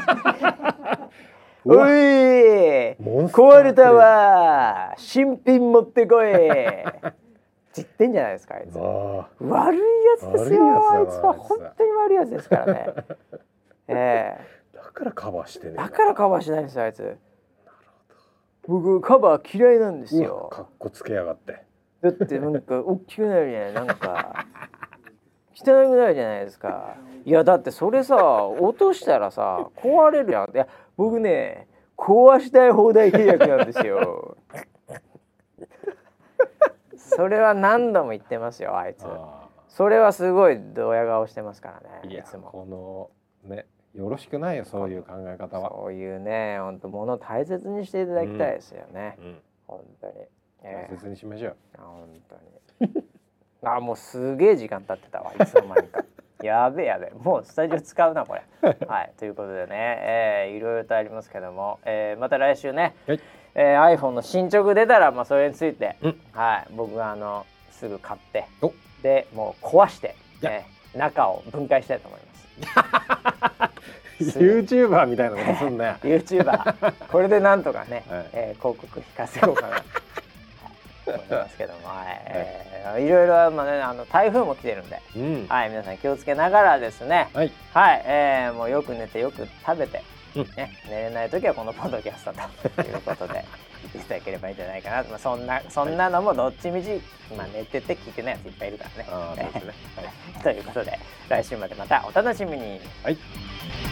Speaker 1: うえー壊れたわ新品持ってこいって言ってんじゃないですかあいつ。悪いやつですよあいつは。本当に悪いやつですからねえー、
Speaker 2: だからカバーしてね。
Speaker 1: だからカバーしないんですよあいつ。なるほど。僕カバー嫌いなんですよ。
Speaker 2: かっこつけやがって。
Speaker 1: だってなんか大きくなるじゃない、なんか汚くなるじゃないですか。いやだってそれさ落としたらさ壊れるやん。いや僕ね壊したい放題契約なんですよそれは何度も言ってますよあいつ。それはすごいドヤ顔してますからね。
Speaker 2: いや
Speaker 1: いつも
Speaker 2: このねよろしくないよそういう考え方は。
Speaker 1: そういうね本当物を大切にしていただきたいですよね、うんうん、本当に、
Speaker 2: えー、大切にしましょう。
Speaker 1: 本当にあもうすげえ時間経ってたわいつの間にかやべえやべえ、もうスタジオ使うなこれ。はい、ということでね、えー、いろいろとありますけども、えー、また来週ね、はい、えー、iPhone の進捗出たら、まあ、それについて、うん、はい、僕があのすぐ買ってでもう壊して、えー、中を分解したいと思います。
Speaker 2: ユーチューバーみたいなことすんね。
Speaker 1: ユーチューバーこれでなんとかね、はい、えー、広告費稼ごうかなと思いますけども、はい、えー、いろいろ、まあね、あの台風も来てるんで、うん、はい、皆さん気をつけながらですね、はい、はい、えー、もうよく寝てよく食べて、うん、ね、寝れない時はこのポッドキャストということでいただければいいんじゃないかな。まあ、そんなそんなのもどっちみち、まあ、寝てて聞いてないやついっぱいいるからね。あ、そうですね。はい、ということで来週までまたお楽しみに。はい。